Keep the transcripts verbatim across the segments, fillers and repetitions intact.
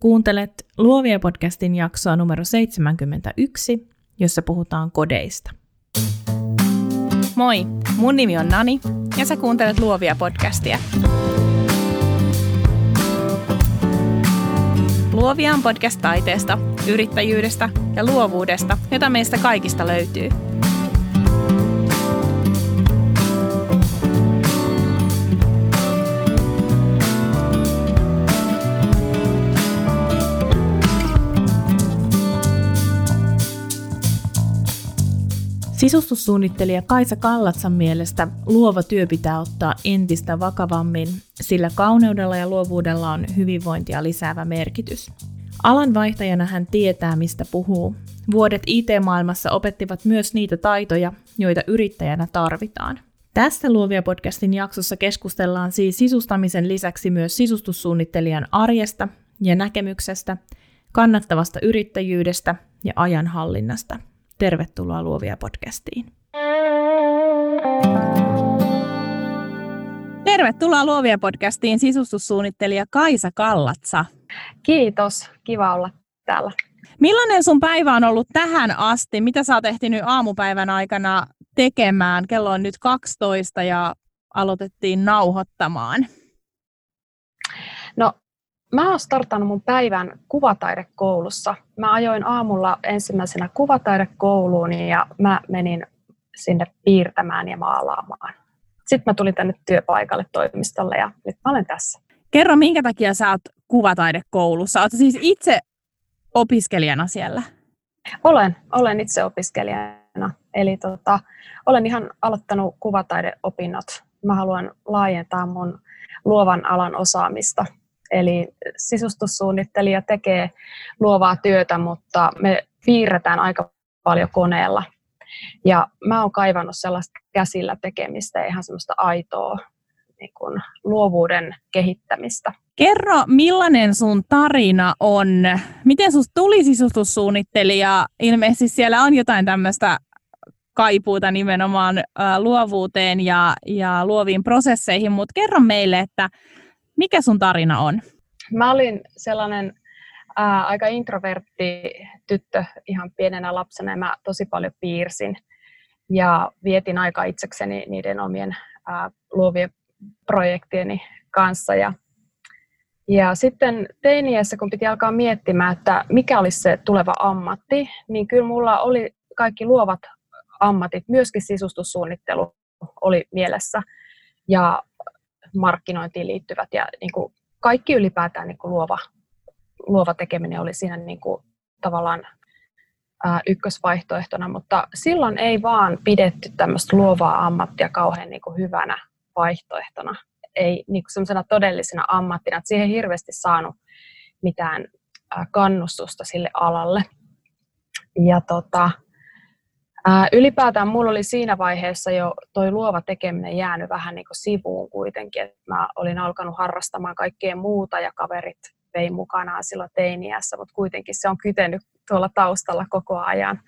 Kuuntelet Luovia podcastin jaksoa numero seitsemänkymmentäyksi, jossa puhutaan kodeista. Moi, mun nimi on Nani ja sä kuuntelet Luovia podcastia. Luovia on podcast taiteesta, yrittäjyydestä ja luovuudesta, jota meistä kaikista löytyy. Sisustussuunnittelija Kaisa Kallatsan mielestä luova työ pitää ottaa entistä vakavammin, sillä kauneudella ja luovuudella on hyvinvointia lisäävä merkitys. Alanvaihtajana hän tietää, mistä puhuu. Vuodet I T-maailmassa opettivat myös niitä taitoja, joita yrittäjänä tarvitaan. Tässä Luovia podcastin jaksossa keskustellaan siis sisustamisen lisäksi myös sisustussuunnittelijan arjesta ja näkemyksestä, kannattavasta yrittäjyydestä ja ajanhallinnasta. Tervetuloa Luovia podcastiin. Tervetuloa Luovia podcastiin sisustussuunnittelija Kaisa Kallatsa. Kiitos, kiva olla täällä. Millainen sun päivä on ollut tähän asti? Mitä sä oot ehtinyt aamupäivän aikana tekemään? Kello on nyt kaksitoista ja aloitettiin nauhoittamaan. No, mä oon startannut mun päivän kuvataidekoulussa. Mä ajoin aamulla ensimmäisenä kuvataidekouluun ja mä menin sinne piirtämään ja maalaamaan. Sitten mä tulin tänne työpaikalle toimistolle ja nyt mä olen tässä. Kerro, minkä takia sä oot kuvataidekoulussa? Oot siis itse opiskelijana siellä? Olen, olen itse opiskelijana. Eli tota, olen ihan aloittanut kuvataideopinnot. Mä haluan laajentaa mun luovan alan osaamista. Eli sisustussuunnittelija tekee luovaa työtä, mutta me piirretään aika paljon koneella. Ja mä oon kaivannut sellaista käsillä tekemistä ja ihan semmoista aitoa niin kuin luovuuden kehittämistä. Kerro, millainen sun tarina on? Miten susta tuli sisustussuunnittelija? Ilmeisesti siellä on jotain tämmöistä kaipuuta nimenomaan luovuuteen ja, ja luoviin prosesseihin, mutta kerro meille, että mikä sun tarina on? Mä olin sellainen ää, aika introvertti tyttö ihan pienenä lapsena ja mä tosi paljon piirsin ja vietin aikaa itsekseni niiden omien ää, luovien projektieni kanssa. Ja, ja sitten teiniässä, kun piti alkaa miettimään, että mikä olisi se tuleva ammatti, niin kyllä mulla oli kaikki luovat ammatit, myöskin sisustussuunnittelu oli mielessä ja markkinointiin liittyvät ja niin kuin kaikki ylipäätään niin kuin luova, luova tekeminen oli siinä niin kuin tavallaan ää, ykkösvaihtoehtona, mutta silloin ei vaan pidetty tämmöistä luovaa ammattia kauhean niin kuin hyvänä vaihtoehtona, ei niin kuin semmoisena todellisena ammattina, että siihen ei hirveästi saanut mitään ää, kannustusta sille alalle. Ja tota, ää, ylipäätään mulla oli siinä vaiheessa jo toi luova tekeminen jäänyt vähän niin kuin sivuun kuitenkin, että mä olin alkanut harrastamaan kaikkea muuta ja kaverit vei mukanaan silloin teiniässä, mutta kuitenkin se on kytenyt tuolla taustalla koko ajan.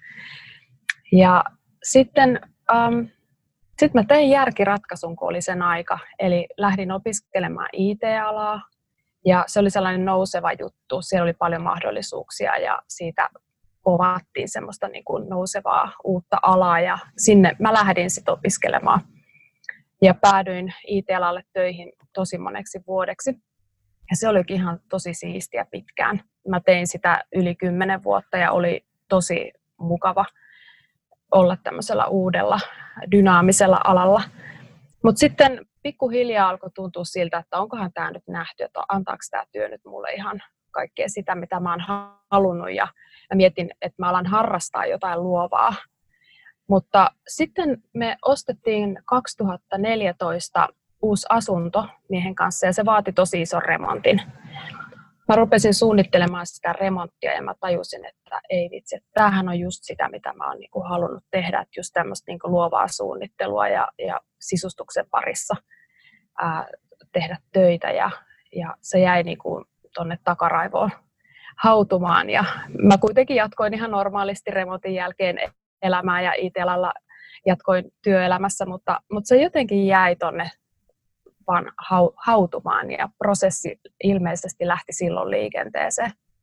Ja sitten ähm, sit mä tein järkiratkaisun, kun oli sen aika, eli lähdin opiskelemaan I T-alaa ja se oli sellainen nouseva juttu, siellä oli paljon mahdollisuuksia ja siitä povattiin semmoista niin kuin nousevaa uutta alaa ja sinne mä lähdin sitten opiskelemaan ja päädyin I T-alalle töihin tosi moneksi vuodeksi ja se olikin ihan tosi siistiä pitkään. Mä tein sitä yli kymmenen vuotta ja oli tosi mukava olla tämmöisellä uudella dynaamisella alalla. Mutta sitten pikkuhiljaa alkoi tuntua siltä, että onkohan tämä nyt nähty, että antaako tämä työ nyt mulle ihan kaikkea sitä, mitä mä oon halunnut ja mä mietin, että mä alan harrastaa jotain luovaa. Mutta sitten me ostettiin kaksituhattaneljätoista uusi asunto miehen kanssa ja se vaati tosi ison remontin. Mä rupesin suunnittelemaan sitä remonttia ja mä tajusin, että ei vitsi, että tämähän on just sitä, mitä mä oon niinku halunnut tehdä, että just tämmöistä niinku luovaa suunnittelua ja, ja sisustuksen parissa ää, tehdä töitä ja, ja se jäi niinku tuonne takaraivoon hautumaan ja mä kuitenkin jatkoin ihan normaalisti remontin jälkeen elämää ja I T-alalla jatkoin työelämässä, mutta, mutta se jotenkin jäi tuonne vaan hautumaan ja prosessi ilmeisesti lähti silloin liikenteeseen.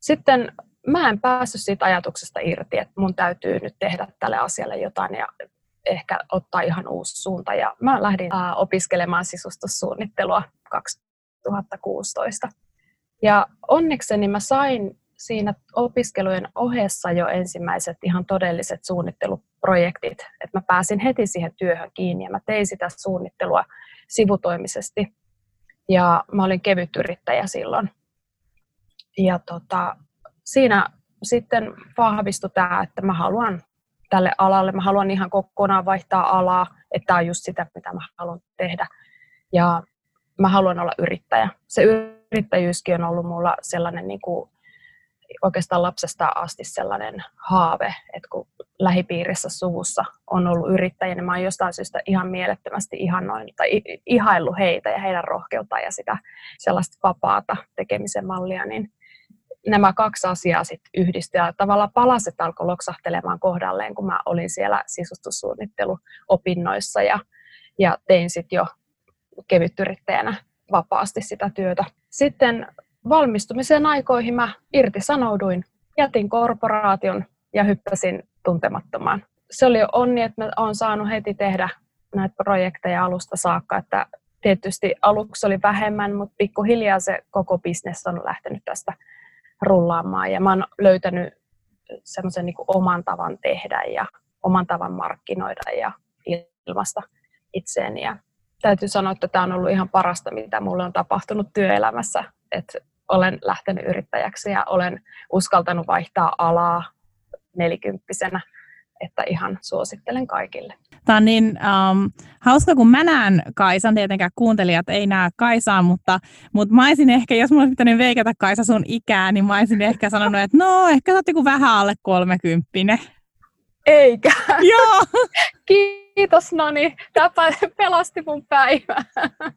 sitten mä en päässyt siitä ajatuksesta irti, että mun täytyy nyt tehdä tälle asialle jotain ja ehkä ottaa ihan uusi suunta. Ja mä lähdin ää, opiskelemaan sisustussuunnittelua kaksituhattakuusitoista. Ja onnekseni mä sain siinä opiskelujen ohessa jo ensimmäiset ihan todelliset suunnitteluprojektit, että mä pääsin heti siihen työhön kiinni ja mä tein sitä suunnittelua sivutoimisesti. Ja mä olin kevyt yrittäjä silloin. Ja tota, siinä sitten vahvistui tämä, että mä haluan tälle alalle, mä haluan ihan kokonaan vaihtaa alaa, että tämä on just sitä, mitä mä haluan tehdä. Ja mä haluan olla yrittäjä. Se yrittäjyyskin on ollut mulla sellainen niin kuin, oikeastaan lapsesta asti sellainen haave, että kun lähipiirissä suvussa on ollut yrittäjä, niin mä oon jostain syystä ihan mielettömästi ihannoin, tai ihaillut heitä ja heidän rohkeutta ja sitä sellaista vapaata tekemisen mallia, niin nämä kaksi asiaa sitten yhdistyi ja tavallaan palaset alkoi loksahtelemaan kohdalleen, kun mä olin siellä sisustussuunnitteluopinnoissa ja, ja tein sitten jo kevytyrittäjänä vapaasti sitä työtä. Sitten valmistumisen aikoihin mä irtisanouduin, jätin korporaation ja hyppäsin tuntemattomaan. Se oli onni, että mä oon saanut heti tehdä näitä projekteja alusta saakka, että tietysti aluksi oli vähemmän, mutta pikkuhiljaa se koko bisnes on lähtenyt tästä rullaamaan ja mä oon löytänyt semmoisen niin kuin oman tavan tehdä ja oman tavan markkinoida ja ilmaista itseäni. Ja täytyy sanoa, että tämä on ollut ihan parasta, mitä mulle on tapahtunut työelämässä, että olen lähtenyt yrittäjäksi ja olen uskaltanut vaihtaa alaa nelikymppisenä, että ihan suosittelen kaikille. Tämä on niin um, hauska, kun mä näen Kaisan, tietenkään kuuntelijat ei näe Kaisaa, mutta, mutta mä olisin ehkä, jos mulla olisi pitänyt veikata Kaisa sun ikää, niin mä olisin ehkä sanonut, että no, ehkä sä oot joku vähän alle kolmekymppinen. Eikä. Joo. Kiitos, Nani. Tämä pelasti mun päivää.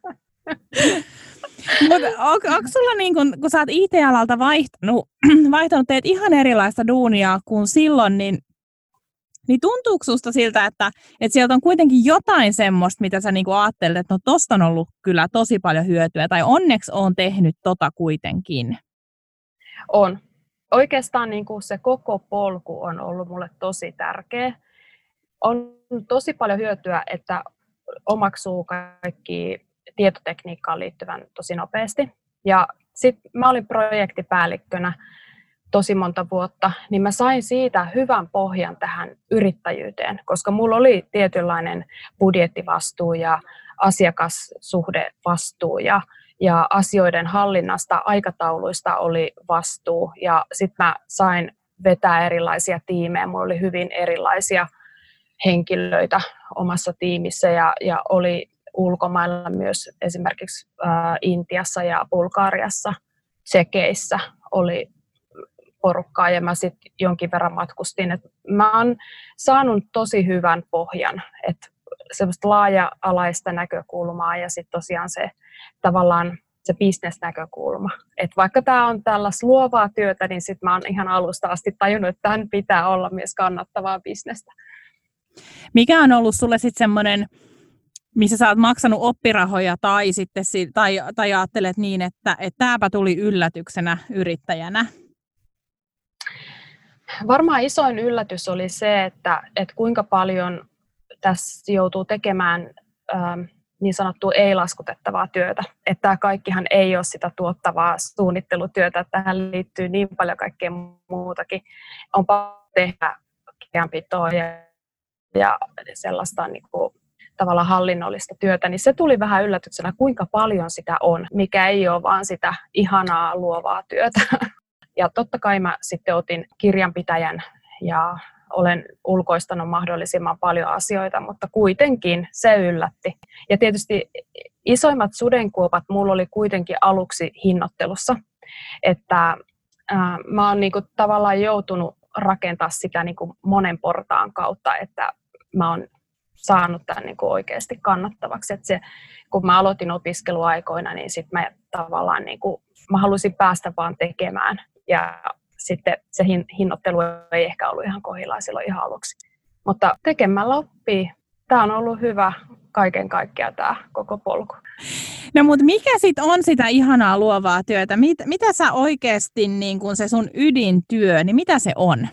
Mutta on, onko sulla, niin kun, kun sä oot I T-alalta vaihtanut, vaihtanut, teet ihan erilaista duunia kuin silloin, niin, niin tuntuuko susta siltä, että, että sieltä on kuitenkin jotain semmoista, mitä sä niin kun ajattelet, että no tosta on ollut kyllä tosi paljon hyötyä, tai onneksi on tehnyt tota kuitenkin? On. Oikeastaan niin kuin se koko polku on ollut mulle tosi tärkeä. On tosi paljon hyötyä, että omaksuu kaikki tietotekniikkaan liittyvän tosi nopeasti. Ja sitten mä olin projektipäällikkönä tosi monta vuotta, niin mä sain siitä hyvän pohjan tähän yrittäjyyteen, koska mulla oli tietynlainen budjettivastuu ja asiakassuhdevastuu ja, ja asioiden hallinnasta, aikatauluista oli vastuu ja sitten mä sain vetää erilaisia tiimejä, mulla oli hyvin erilaisia henkilöitä omassa tiimissä ja, ja oli ulkomailla myös esimerkiksi ää, Intiassa ja Bulgariassa, Tsekeissä oli porukkaa ja mä sitten jonkin verran matkustin. Et mä oon saanut tosi hyvän pohjan, että semmoista laaja-alaista näkökulmaa ja sitten tosiaan se tavallaan se bisnesnäkökulma. Et vaikka tämä on tällaista luovaa työtä, niin sitten mä oon ihan alusta asti tajunnut, että tämän pitää olla myös kannattavaa bisnestä. Mikä on ollut sulle sitten semmoinen, missä sä oot maksanut oppirahoja tai, sitten, tai, tai ajattelet niin, että, että tämäpä tuli yllätyksenä yrittäjänä? Varmaan isoin yllätys oli se, että, että kuinka paljon tässä joutuu tekemään ähm, niin sanottua ei-laskutettavaa työtä. Että tämä kaikkihan ei ole sitä tuottavaa suunnittelutyötä, että tähän liittyy niin paljon kaikkea muutakin. On paljon tehdä kirjanpitoa ja, ja sellaista niin kuin, tavallaan hallinnollista työtä, niin se tuli vähän yllätyksenä, kuinka paljon sitä on, mikä ei ole vaan sitä ihanaa luovaa työtä. Ja totta kai mä sitten otin kirjanpitäjän ja olen ulkoistanut mahdollisimman paljon asioita, mutta kuitenkin se yllätti. Ja tietysti isoimmat sudenkuopat mulla oli kuitenkin aluksi hinnoittelussa, että ää, mä oon niinku tavallaan joutunut rakentaa sitä niinku monen portaan kautta, että mä oon saanut tämän niinku oikeasti kannattavaksi. Et se, kun mä aloitin opiskeluaikoina, niin sit mä tavallaan niinku, mä halusin päästä vaan tekemään. Ja sitten se hinnoittelu ei ehkä ollut ihan kohdillaan silloin ihan aluksi. Mutta tekemällä oppii. Tämä on ollut hyvä kaiken kaikkiaan tämä koko polku. No mutta mikä sitten on sitä ihanaa luovaa työtä? Mit, mitä sä oikeasti, niin kun se sun ydintyö, niin mitä se on?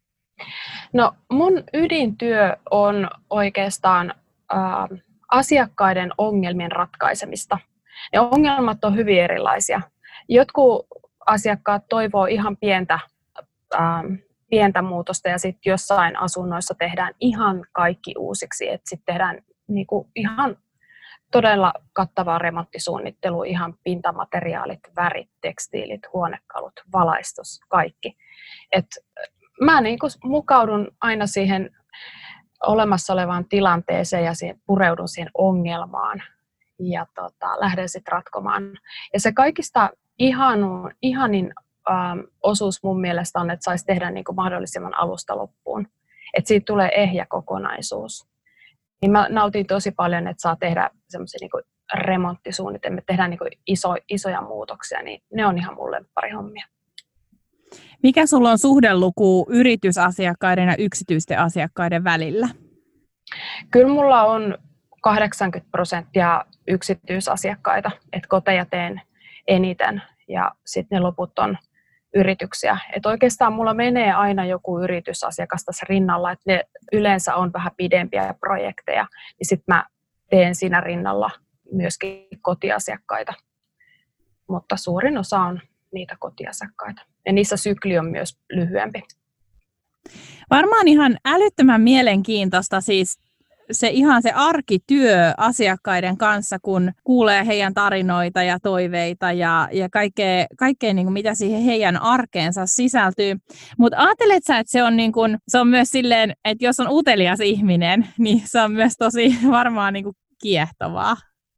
No mun ydintyö on oikeastaan äh, asiakkaiden ongelmien ratkaisemista. Ne ongelmat on hyvin erilaisia. Jotkut asiakkaat toivoo ihan pientä, äh, pientä muutosta ja sitten jossain asunnoissa tehdään ihan kaikki uusiksi. Et sit tehdään niinku ihan todella kattavaa remonttisuunnittelua, ihan pintamateriaalit, värit, tekstiilit, huonekalut, valaistus, kaikki. Et mä niin kuin mukaudun aina siihen olemassa olevaan tilanteeseen ja siihen, pureudun siihen ongelmaan ja tota, lähden sitten ratkomaan. Ja se kaikista ihanu, ihanin ähm, osuus mun mielestä on, että saisi tehdä niin kuin mahdollisimman alusta loppuun. Että siitä tulee ehjä kokonaisuus. Niin mä nautin tosi paljon, että saa tehdä semmoisia niin kuin remonttisuunnitelmia, tehdään niin kuin iso, isoja muutoksia, niin ne on ihan mulle pari hommia. Mikä sulla on suhdeluku yritysasiakkaiden ja yksityisten asiakkaiden välillä? Kyllä mulla on kahdeksankymmentä prosenttia yksityisasiakkaita, että koteja teen eniten ja sitten ne loput on yrityksiä. Et oikeastaan mulla menee aina joku yritysasiakas tässä rinnalla, että ne yleensä on vähän pidempiä projekteja, niin sitten mä teen siinä rinnalla myöskin kotiasiakkaita, mutta suurin osa on niitä kotiasiakkaita. Ja niissä sykli on myös lyhyempi. Varmaan ihan älyttömän mielenkiintoista siis se ihan se arkityö asiakkaiden kanssa, kun kuulee heidän tarinoita ja toiveita ja, ja kaikkea, kaikkea niin kuin mitä siihen heidän arkeensa sisältyy. Mutta ajattelet sä, että se on, niin kuin, se on myös silleen, että jos on utelias ihminen, niin se on myös tosi varmaan niin kuin kiehtovaa.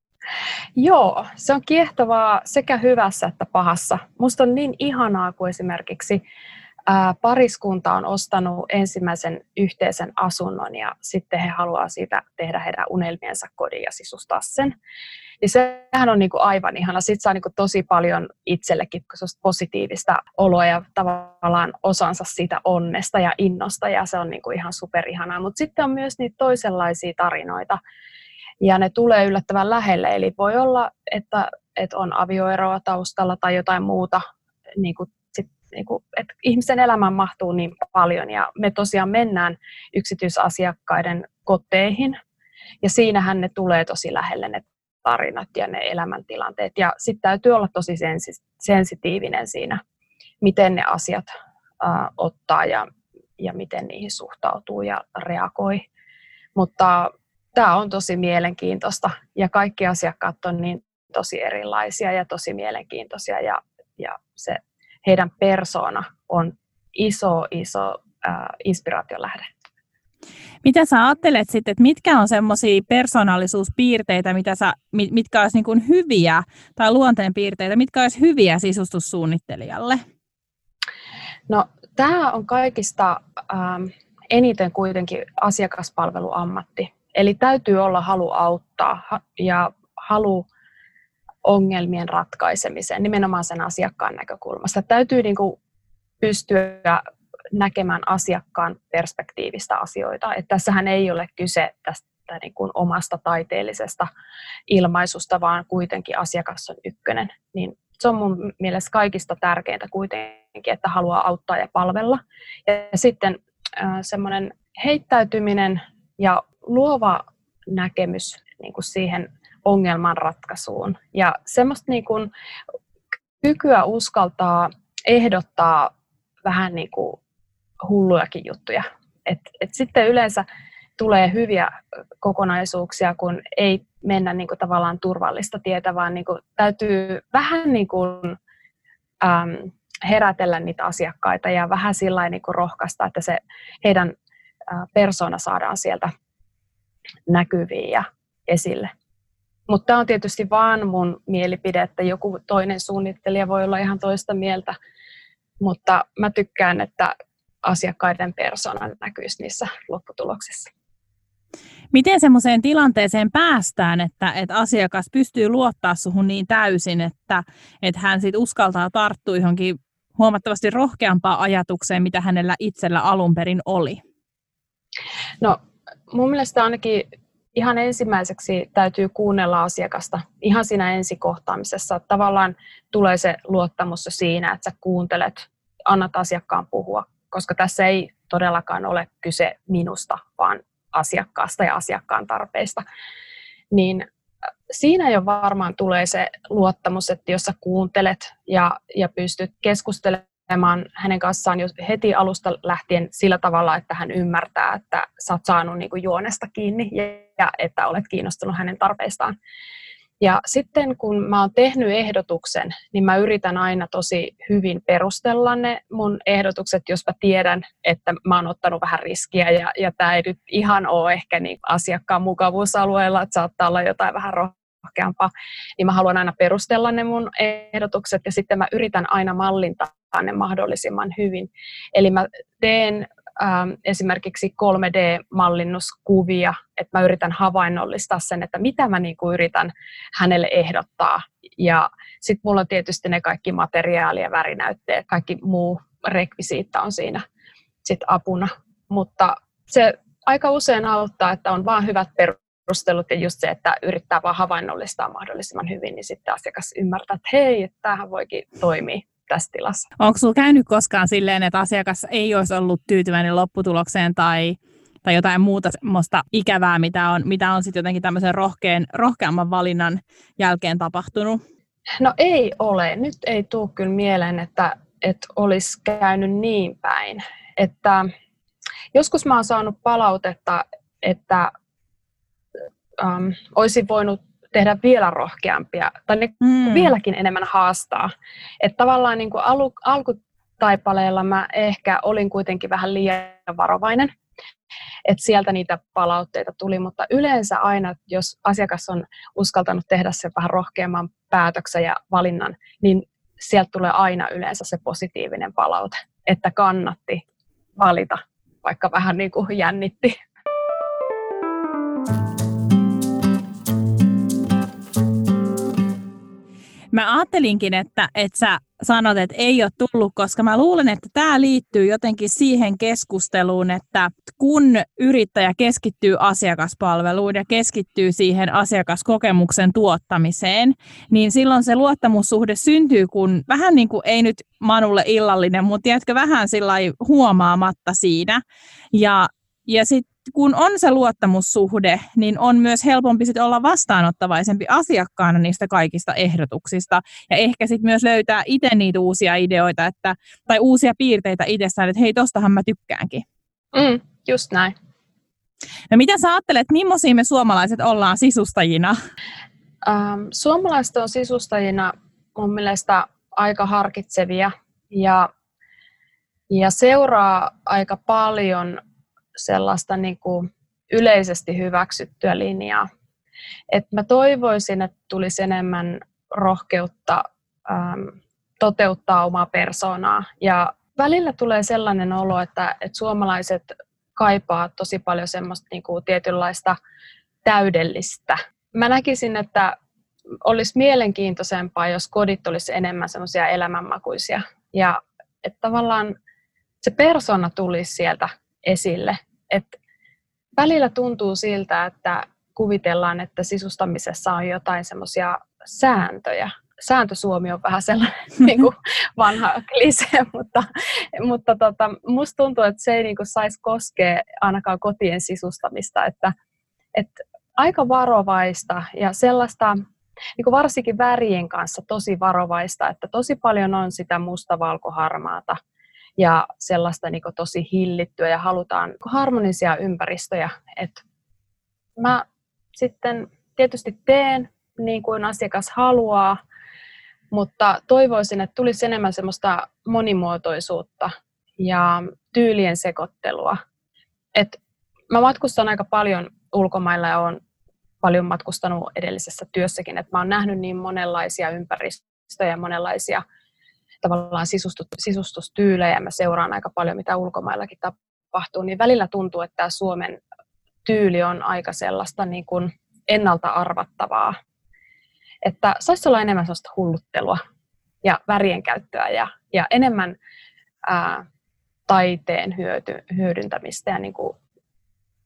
Joo, se on kiehtovaa sekä hyvässä että pahassa. Musta on niin ihanaa, kun esimerkiksi ää, pariskunta on ostanut ensimmäisen yhteisen asunnon ja sitten he haluaa siitä tehdä heidän unelmiensa kodin ja sisustaa sen. Ja sehän on niinku aivan ihana. Sitten saa niinku tosi paljon itsellekin positiivista oloa ja tavallaan osansa siitä onnesta ja innosta ja se on niinku ihan superihanaa. Mutta sitten on myös niitä toisenlaisia tarinoita. Ja ne tulee yllättävän lähelle, eli voi olla, että, että on avioeroa taustalla tai jotain muuta, niin kuin, sit, niin kuin, että ihmisen elämään mahtuu niin paljon. Ja me tosiaan mennään yksityisasiakkaiden koteihin, ja siinähän ne tulee tosi lähelle ne tarinat ja ne elämäntilanteet. Ja sitten täytyy olla tosi sensi- sensitiivinen siinä, miten ne asiat äh, ottaa ja, ja miten niihin suhtautuu ja reagoi. Mutta tämä on tosi mielenkiintoista ja kaikki asiakkaat on niin tosi erilaisia ja tosi mielenkiintoisia ja, ja se heidän persoona on iso, iso äh, inspiraatiolähde. Mitä sä ajattelet sitten, että mitkä on semmoisia persoonallisuuspiirteitä, mitä sä, mitkä olisi niin kuin hyviä tai luonteenpiirteitä, mitkä olisi hyviä sisustussuunnittelijalle? No tämä on kaikista ähm, eniten kuitenkin asiakaspalveluammatti. Eli täytyy olla halu auttaa ja halu ongelmien ratkaisemiseen, nimenomaan sen asiakkaan näkökulmasta. Täytyy niin kuin pystyä näkemään asiakkaan perspektiivistä asioita. Että tässähän ei ole kyse tästä niin kuin omasta taiteellisesta ilmaisusta, vaan kuitenkin asiakas on ykkönen. Niin se on mun mielestä kaikista tärkeintä kuitenkin, että haluaa auttaa ja palvella. Ja sitten äh, semmoinen heittäytyminen ja luova näkemys niin kuin siihen ongelman ratkaisuun ja semmoista niin kuin kykyä uskaltaa ehdottaa vähän niin kuin hullujakin juttuja. Et, et sitten yleensä tulee hyviä kokonaisuuksia, kun ei mennä niin kuin tavallaan turvallista tietä, vaan niin kuin täytyy vähän niin kuin, äm, herätellä niitä asiakkaita ja vähän sillä niin kuin rohkaista, että se heidän ä, persoona saadaan sieltä näkyviin ja esille. Mutta tämä on tietysti vaan mun mielipide, että joku toinen suunnittelija voi olla ihan toista mieltä, mutta mä tykkään, että asiakkaiden persoona näkyisi niissä lopputuloksissa. Miten semmoiseen tilanteeseen päästään, että, että asiakas pystyy luottaa suhun niin täysin, että, että hän sit uskaltaa tarttua johonkin huomattavasti rohkeampaan ajatukseen, mitä hänellä itsellä alun perin oli? No mun mielestä ainakin ihan ensimmäiseksi täytyy kuunnella asiakasta ihan siinä ensikohtaamisessa. Tavallaan tulee se luottamus siinä, että sä kuuntelet, annat asiakkaan puhua, koska tässä ei todellakaan ole kyse minusta, vaan asiakkaasta ja asiakkaan tarpeista. Niin siinä jo varmaan tulee se luottamus, että jos sä kuuntelet ja, ja pystyt keskustelemaan hänen kanssaan jo heti alusta lähtien sillä tavalla, että hän ymmärtää, että sä oot saanut niin kuin juonesta kiinni ja että olet kiinnostunut hänen tarpeistaan. Ja sitten kun mä oon tehnyt ehdotuksen, niin mä yritän aina tosi hyvin perustella ne mun ehdotukset, jos mä tiedän, että mä oon ottanut vähän riskiä ja, ja tää ei nyt ihan ole ehkä niin asiakkaan mukavuusalueella, että saattaa olla jotain vähän rohkeampaa, niin mä haluan aina perustella ne mun ehdotukset ja sitten mä yritän aina mallintaa ne mahdollisimman hyvin. Eli mä teen ähm, esimerkiksi kolme D-mallinnuskuvia, että mä yritän havainnollistaa sen, että mitä mä niinku yritän hänelle ehdottaa. Ja sitten mulla on tietysti ne kaikki materiaali- ja värinäytteet, kaikki muu rekvisiitta on siinä sit apuna. Mutta se aika usein auttaa, että on vaan hyvät perustelut ja just se, että yrittää vaan havainnollistaa mahdollisimman hyvin, niin sitten asiakas ymmärtää, että hei, että tämähän voikin toimia tässä tilassa. Onko sinulla käynyt koskaan silleen, että asiakas ei olisi ollut tyytyväinen lopputulokseen tai, tai jotain muuta semmoista ikävää, mitä on, mitä on sitten jotenkin tämmöisen rohkean, rohkeamman valinnan jälkeen tapahtunut? No ei ole. Nyt ei tule kyllä mieleen, että, että olisi käynyt niin päin. Että joskus mä oon saanut palautetta, että äm, olisin voinut tehdä vielä rohkeampia tai ne mm. vieläkin enemmän haastaa. Että tavallaan niin kuin alu, alkutaipaleella mä ehkä olin kuitenkin vähän liian varovainen, että sieltä niitä palautteita tuli, mutta yleensä aina, jos asiakas on uskaltanut tehdä sen vähän rohkeamman päätöksen ja valinnan, niin sieltä tulee aina yleensä se positiivinen palaute, että kannatti valita, vaikka vähän niin kuin jännitti. Mä ajattelinkin, että, että sä sanot, että ei ole tullut, koska mä luulen, että tämä liittyy jotenkin siihen keskusteluun, että kun yrittäjä keskittyy asiakaspalveluun ja keskittyy siihen asiakaskokemuksen tuottamiseen, niin silloin se luottamussuhde syntyy, kun vähän niin kuin ei nyt Manulle illallinen, mutta tiedätkö, vähän sillai huomaamatta siinä. Ja, ja sitten kun on se luottamussuhde, niin on myös helpompi sit olla vastaanottavaisempi asiakkaana niistä kaikista ehdotuksista. Ja ehkä sitten myös löytää itse niitä uusia ideoita että, tai uusia piirteitä itsessään, että hei, tostahan mä tykkäänkin. Mm, just näin. No mitä sä ajattelet, millaisia me suomalaiset ollaan sisustajina? Ähm, suomalaiset on sisustajina mun mielestä aika harkitsevia ja, ja seuraa aika paljon sellaista niin kuin yleisesti hyväksyttyä linjaa. Et mä toivoisin, että tulisi enemmän rohkeutta äm, toteuttaa omaa persoonaa. Ja välillä tulee sellainen olo, että, että suomalaiset kaipaa tosi paljon semmoista niin kuin tietynlaista täydellistä. Mä näkisin, että olisi mielenkiintoisempaa, jos kodit olisi enemmän semmoisia elämänmakuisia. Ja että tavallaan se persoona tulisi sieltä esille. Et välillä tuntuu siltä, että kuvitellaan, että sisustamisessa on jotain semmoisia sääntöjä. Sääntösuomi on vähän sellainen niin kuin vanha klisee, mutta, mutta tota, musta tuntuu, että se ei niin kuin saisi koskea ainakaan kotien sisustamista. Että, että aika varovaista ja sellaista, niin kuin varsinkin värien kanssa tosi varovaista, että tosi paljon on sitä mustavalkoharmaata. Ja sellaista niin kuin tosi hillittyä ja halutaan harmonisia ympäristöjä. Et mä sitten tietysti teen niin kuin asiakas haluaa, mutta toivoisin, että tulisi enemmän semmoista monimuotoisuutta ja tyylien sekoittelua. Et mä matkustan aika paljon ulkomailla ja olen paljon matkustanut edellisessä työssäkin, että mä oon nähnyt niin monenlaisia ympäristöjä ja monenlaisia tavallaan sisustustyylejä, mä seuraan aika paljon, mitä ulkomaillakin tapahtuu, niin välillä tuntuu, että tämä Suomen tyyli on aika sellaista niin kuin ennalta arvattavaa. Että saisi olla enemmän sellaista hulluttelua ja värien käyttöä ja, ja enemmän ää, taiteen hyöty, hyödyntämistä ja niin kuin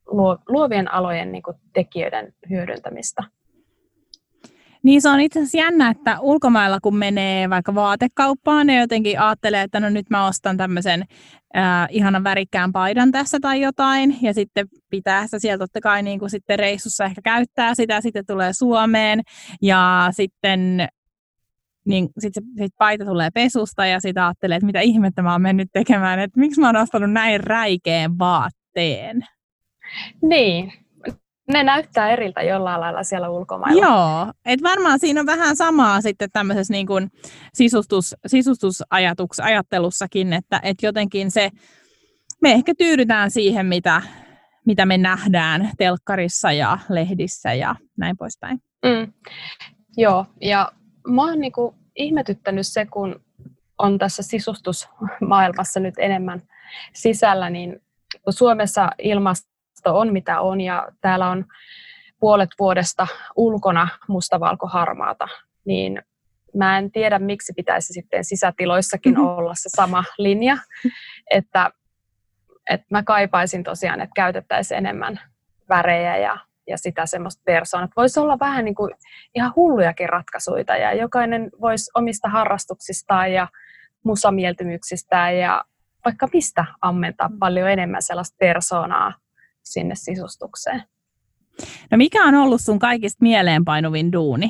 luovien alojen niin kuin tekijöiden hyödyntämistä. Niin se on itse asiassa jännä, että ulkomailla kun menee vaikka vaatekauppaan ja jotenkin ajattelee, että no nyt mä ostan tämmöisen äh, ihanan värikkään paidan tässä tai jotain ja sitten pitää sitä sieltä totta kai niin kuin sitten reissussa ehkä käyttää sitä, sitten tulee Suomeen ja sitten niin sit se sit paita tulee pesusta ja sitten ajattelee, että mitä ihmettä mä oon mennyt tekemään, että miksi mä oon ostanut näin räikeän vaatteen. Niin. Ne näyttää eriltä jollain lailla siellä ulkomailla. Joo, et varmaan siinä on vähän samaa sitten tämmöisessä niin kuin sisustus, sisustusajattelussakin, että et jotenkin se, me ehkä tyydytään siihen, mitä, mitä me nähdään telkkarissa ja lehdissä ja näin poispäin. Mm. Joo, ja mä oon niinku ihmetyttänyt se, kun on tässä sisustusmaailmassa nyt enemmän sisällä, niin kun Suomessa ilmasta on mitä on ja täällä on puolet vuodesta ulkona mustavalkoharmaata, niin mä en tiedä miksi pitäisi sitten sisätiloissakin olla se sama linja, että, että mä kaipaisin tosiaan, että käytettäisiin enemmän värejä ja, ja sitä semmoista persoonaa. Voisi olla vähän niin kuin ihan hullujakin ratkaisuja ja jokainen voisi omista harrastuksistaan ja musamieltymyksistään ja vaikka mistä ammentaa paljon enemmän sellaista persoonaa sinne sisustukseen. No mikä on ollut sun kaikista mieleenpainuvin duuni?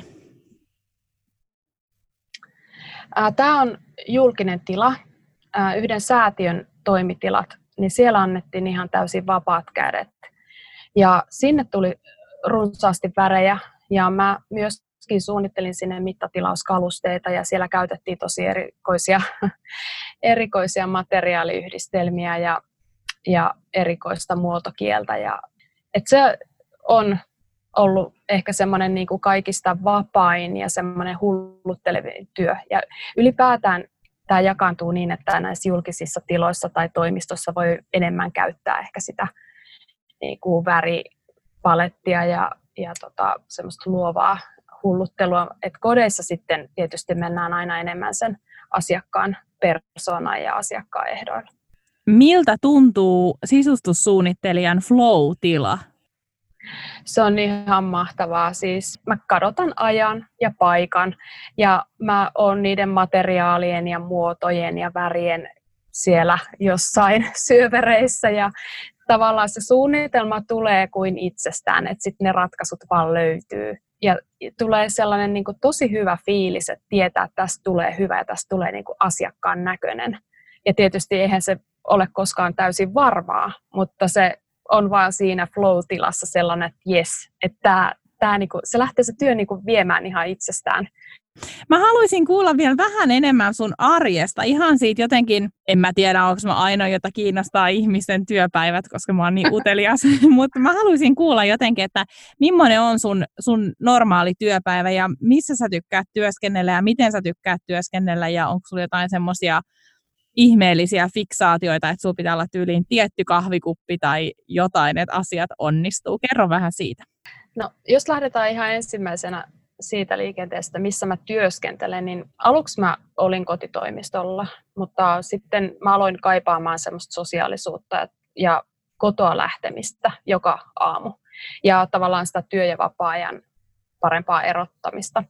Tämä on julkinen tila, yhden säätiön toimitilat, niin siellä annettiin ihan täysin vapaat kädet. Ja sinne tuli runsaasti värejä ja mä myöskin suunnittelin sinne mittatilauskalusteita ja siellä käytettiin tosi erikoisia, erikoisia materiaaliyhdistelmiä ja ja erikoista muotokieltä. Ja, et se on ollut ehkä semmoinen niin kuin kaikista vapain ja semmoinen hulluttelevin työ. Ja ylipäätään tämä jakaantuu niin, että näissä julkisissa tiloissa tai toimistossa voi enemmän käyttää ehkä sitä niin kuin väripalettia ja, ja tota, semmoista luovaa hulluttelua. Et kodeissa sitten tietysti mennään aina enemmän sen asiakkaan persoonan ja asiakkaan ehdoilla. Miltä tuntuu sisustussuunnittelijan flow-tila? Se on ihan mahtavaa. Siis mä kadotan ajan ja paikan ja mä oon niiden materiaalien ja muotojen ja värien siellä jossain syövereissä ja tavallaan se suunnitelma tulee kuin itsestään, että sitten ne ratkaisut vaan löytyy. Ja tulee sellainen niin kuin tosi hyvä fiilis, että tietää, että tästä tulee hyvä ja tästä tulee niin kuin asiakkaan näköinen. Ja tietysti eihän se ole koskaan täysin varmaa, mutta se on vaan siinä flow-tilassa sellainen, että jes, että tää, tää niinku, se lähtee se työ niinku viemään ihan itsestään. Mä haluaisin kuulla vielä vähän enemmän sun arjesta, ihan siitä jotenkin, en mä tiedä, onko mä ainoa, jota kiinnostaa ihmisten työpäivät, koska mä oon niin utelias, mutta mä haluaisin kuulla jotenkin, että millainen on sun, sun normaali työpäivä ja missä sä tykkäät työskennellä ja miten sä tykkäät työskennellä ja onko sulla jotain semmoisia ihmeellisiä fiksaatioita, että sulla pitää olla tyyliin tietty kahvikuppi tai jotain, että asiat onnistuu. Kerro vähän siitä. No, jos lähdetään ihan ensimmäisenä siitä liikenteestä, missä mä työskentelen, niin aluksi mä olin kotitoimistolla, mutta sitten mä aloin kaipaamaan semmoista sosiaalisuutta ja kotoa lähtemistä joka aamu ja tavallaan sitä työ- ja vapaa-ajan parempaa erottamista.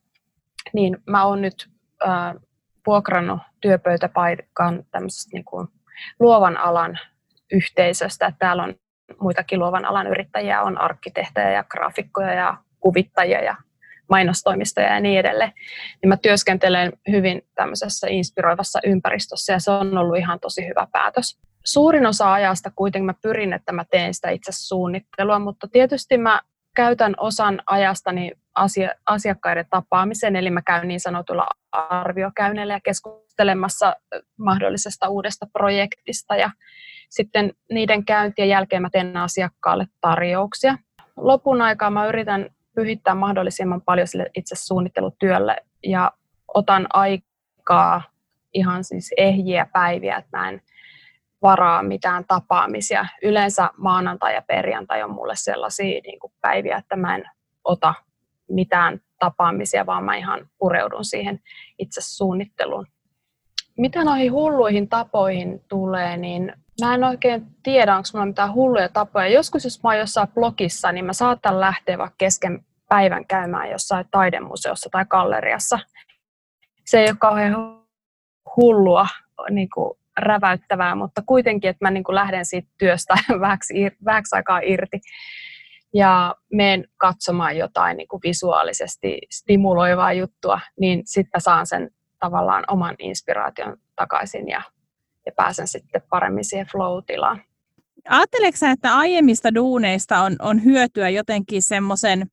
Niin mä oon nyt äh, vuokrannut työpöytäpaikan tämmöisestä niin kuin luovan alan yhteisöstä. Täällä on muitakin luovan alan yrittäjiä, on arkkitehtejä ja graafikkoja ja kuvittajia ja mainostoimistoja ja niin edelleen. Niin mä työskentelen hyvin tämmöisessä inspiroivassa ympäristössä ja se on ollut ihan tosi hyvä päätös. Suurin osa ajasta kuitenkin mä pyrin, että mä teen sitä itse suunnittelua, mutta tietysti mä käytän osan ajastani asia- asiakkaiden tapaamiseen, eli mä käyn niin sanotulla arviokäynneillä ja keskustelemassa mahdollisesta uudesta projektista ja sitten niiden käyntien jälkeen mä teen asiakkaalle tarjouksia. Lopun aikaa mä yritän pyhittää mahdollisimman paljon sille itse suunnittelutyölle ja otan aikaa ihan siis ehjiä päiviä, että mä en varaa mitään tapaamisia. Yleensä maanantai ja perjantai on mulle sellaisia niin kuin päiviä, että mä en ota mitään tapaamisia, vaan mä ihan pureudun siihen itse suunnitteluun. Mitä noihin hulluihin tapoihin tulee, niin Mä en oikein tiedä, onko mulla mitään hulluja tapoja. Joskus, jos mä oon jossain blogissa, niin mä saatan lähteä vaikka kesken päivän käymään jossain taidemuseossa tai galleriassa. Se ei ole kauhean hullua, niin kuin räväyttävää, mutta kuitenkin, että mä niin kuin lähden siitä työstä vähäksi, vähäksi aikaa irti ja menen katsomaan jotain niin kuin visuaalisesti stimuloivaa juttua, niin sitten saan sen tavallaan oman inspiraation takaisin ja, ja pääsen sitten paremmin siihen flow-tilaan. Ajatteleksä sä, että aiemmista duuneista on, on hyötyä jotenkin semmoisen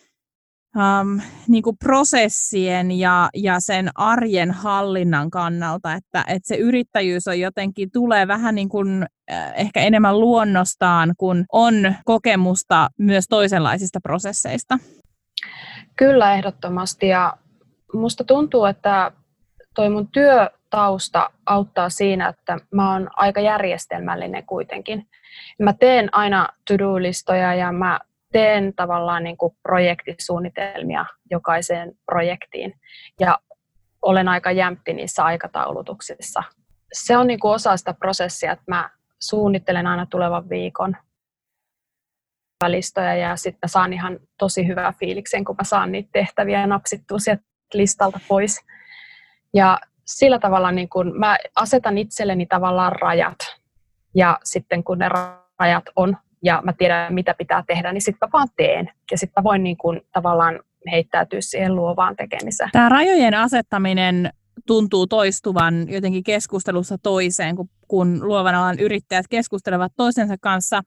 um, niin kuin prosessien ja, ja sen arjen hallinnan kannalta, että, että se yrittäjyys on jotenkin, tulee vähän niin kuin äh, ehkä enemmän luonnostaan, kun on kokemusta myös toisenlaisista prosesseista? Kyllä, ehdottomasti. Ja musta tuntuu, että toi mun työtausta auttaa siinä, että mä oon aika järjestelmällinen kuitenkin. Mä teen aina to-do-listoja ja mä teen tavallaan niin kuin projektisuunnitelmia jokaiseen projektiin ja olen aika jämpti niissä aikataulutuksissa. Se on niin kuin osa sitä prosessia, että mä suunnittelen aina tulevan viikon listoja ja sitten mä saan ihan tosi hyvää fiiliksen, kun mä saan niitä tehtäviä napsittua sieltä listalta pois. Ja sillä tavalla niin kun mä asetan itselleni tavallaan rajat ja sitten kun ne rajat on ja mä tiedän mitä pitää tehdä, niin sitten mä vaan teen ja sitten mä voin niin kun tavallaan heittäytyä siihen luovaan tekemiseen. Tämä rajojen asettaminen tuntuu toistuvan jotenkin keskustelussa toiseen, kun, kun luovan alan yrittäjät keskustelevat toisensa kanssa.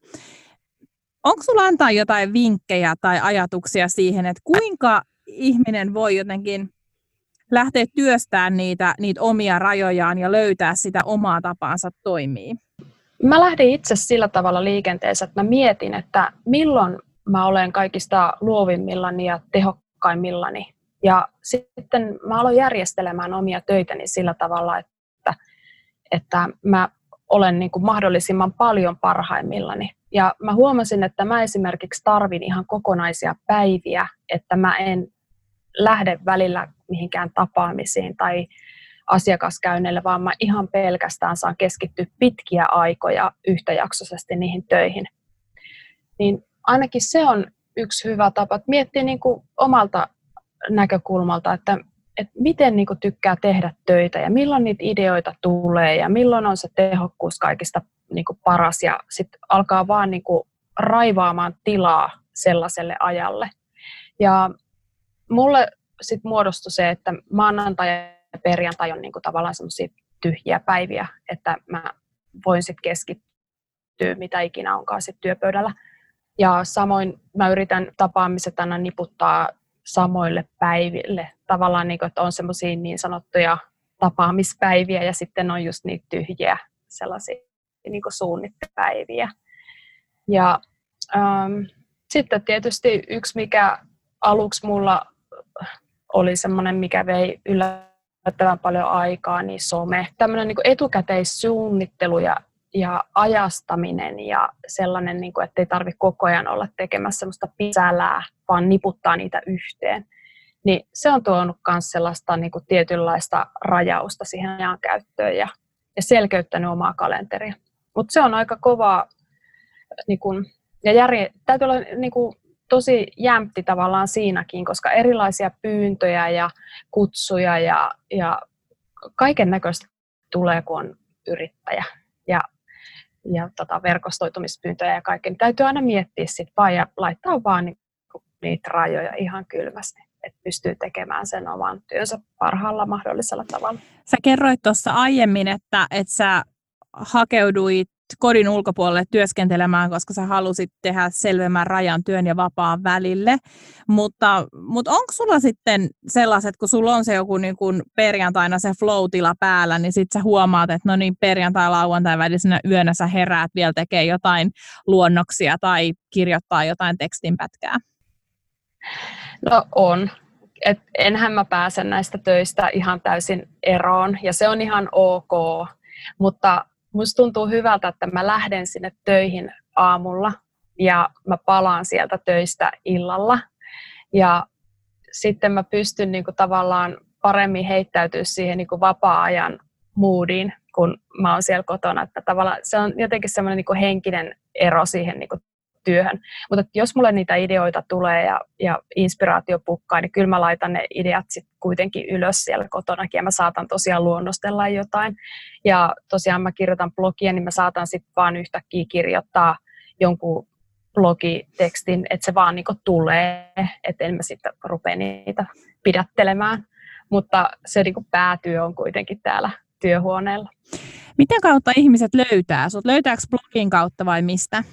Onko sulla antaa jotain vinkkejä tai ajatuksia siihen, että kuinka ihminen voi jotenkin lähteä työstämään niitä, niitä omia rajojaan ja löytää sitä omaa tapaansa toimia? Mä lähdin itse sillä tavalla liikenteessä, että mä mietin, että milloin mä olen kaikista luovimmillani ja tehokkaimmillani. Ja sitten mä aloin järjestelemään omia töitäni sillä tavalla, että, että mä olen niin kuin mahdollisimman paljon parhaimmillani. Ja mä huomasin, että mä esimerkiksi tarvin ihan kokonaisia päiviä, että mä en lähde välillä mihinkään tapaamisiin tai asiakaskäynneille, vaan mä ihan pelkästään saan keskittyä pitkiä aikoja yhtäjaksoisesti niihin töihin. Niin ainakin se on yksi hyvä tapa, että miettiä niin kuin omalta näkökulmalta, että, että miten niin kuin tykkää tehdä töitä ja milloin niitä ideoita tulee ja milloin on se tehokkuus kaikista niin kuin paras ja sitten alkaa vaan niin kuin raivaamaan tilaa sellaiselle ajalle. Ja mulle sitten muodostui se, että maanantai ja perjantai on niin kuin tavallaan semmoisia tyhjiä päiviä, että mä voin sitten keskittyä mitä ikinä onkaan sitten työpöydällä. Ja samoin mä yritän tapaamiset aina niputtaa samoille päiville. Tavallaan niin kuin, että on semmoisia niin sanottuja tapaamispäiviä ja sitten on just niitä tyhjiä sellaisia niin kuin suunnittepäiviä. Ja ähm, sitten tietysti yksi, mikä aluksi mulla oli semmoinen, mikä vei yllättävän paljon aikaa, niin some. Tämmöinen niin kuin etukäteissuunnittelu ja, ja ajastaminen ja sellainen, niin kuin, että ei tarvitse koko ajan olla tekemässä semmoista pisälää, vaan niputtaa niitä yhteen. Niin se on tuonut myös sellaista niin kuin tietynlaista rajausta siihen ajan käyttöön ja, ja selkeyttänyt omaa kalenteria. Mutta se on aika kovaa niin kuin, ja järje, täytyy olla niin kuin, tosi jämpti tavallaan siinäkin, koska erilaisia pyyntöjä ja kutsuja ja, ja kaiken näköistä tulee, kun on yrittäjä ja, ja tota, verkostoitumispyyntöjä ja kaiken. Täytyy aina miettiä sit vaan ja laittaa vaan ni, niitä rajoja ihan kylmästi, että pystyy tekemään sen oman työnsä parhaalla mahdollisella tavalla. Sä kerroit tuossa aiemmin, että, että sä hakeuduit kodin ulkopuolelle työskentelemään, koska sä halusit tehdä selvemmän rajan työn ja vapaan välille. Mutta, mutta onko sulla sitten sellaiset, kun sulla on se joku niin kuin perjantaina se flow-tila päällä, niin sitten sä huomaat, että no niin, perjantai-lauantai välisenä yönä sä heräät vielä tekee jotain luonnoksia tai kirjoittaa jotain tekstinpätkää? No on. Et enhän mä pääse näistä töistä ihan täysin eroon ja se on ihan ok, mutta musta tuntuu hyvältä, että mä lähden sinne töihin aamulla ja mä palaan sieltä töistä illalla. Ja sitten mä pystyn niinku tavallaan paremmin heittäytyä siihen niinku vapaa-ajan moodiin kun mä oon siellä kotona. Että tavallaan se on jotenkin semmoinen niin kuin henkinen ero siihen niin kuin työhön. Mutta jos mulle niitä ideoita tulee ja, ja inspiraatio pukkaa, niin kyllä mä laitan ne ideat sitten kuitenkin ylös siellä kotonakin ja mä saatan tosiaan luonnostella jotain. Ja tosiaan mä kirjoitan blogia, niin mä saatan sitten vaan yhtäkkiä kirjoittaa jonkun blogitekstin, että se vaan niinku tulee, että en mä sitten rupea niitä pidättelemään. Mutta se niinku päätyö on kuitenkin täällä työhuoneella. Miten kautta ihmiset löytää sut? Löytääkö blogin kautta vai mistä?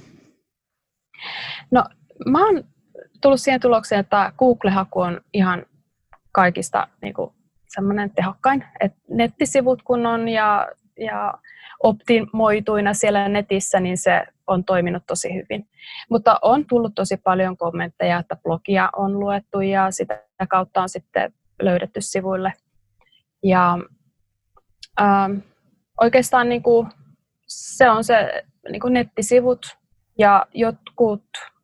No, mä oon tullut siihen tulokseen, että Google-haku on ihan kaikista niinku semmoinen tehokkain. Et nettisivut kun on ja, ja optimoituina siellä netissä, niin se on toiminut tosi hyvin. Mutta on tullut tosi paljon kommentteja, että blogia on luettu ja sitä kautta on sitten löydetty sivuille. Ja ähm, oikeastaan niin kuin, se on se niin kuin nettisivut ja jotkut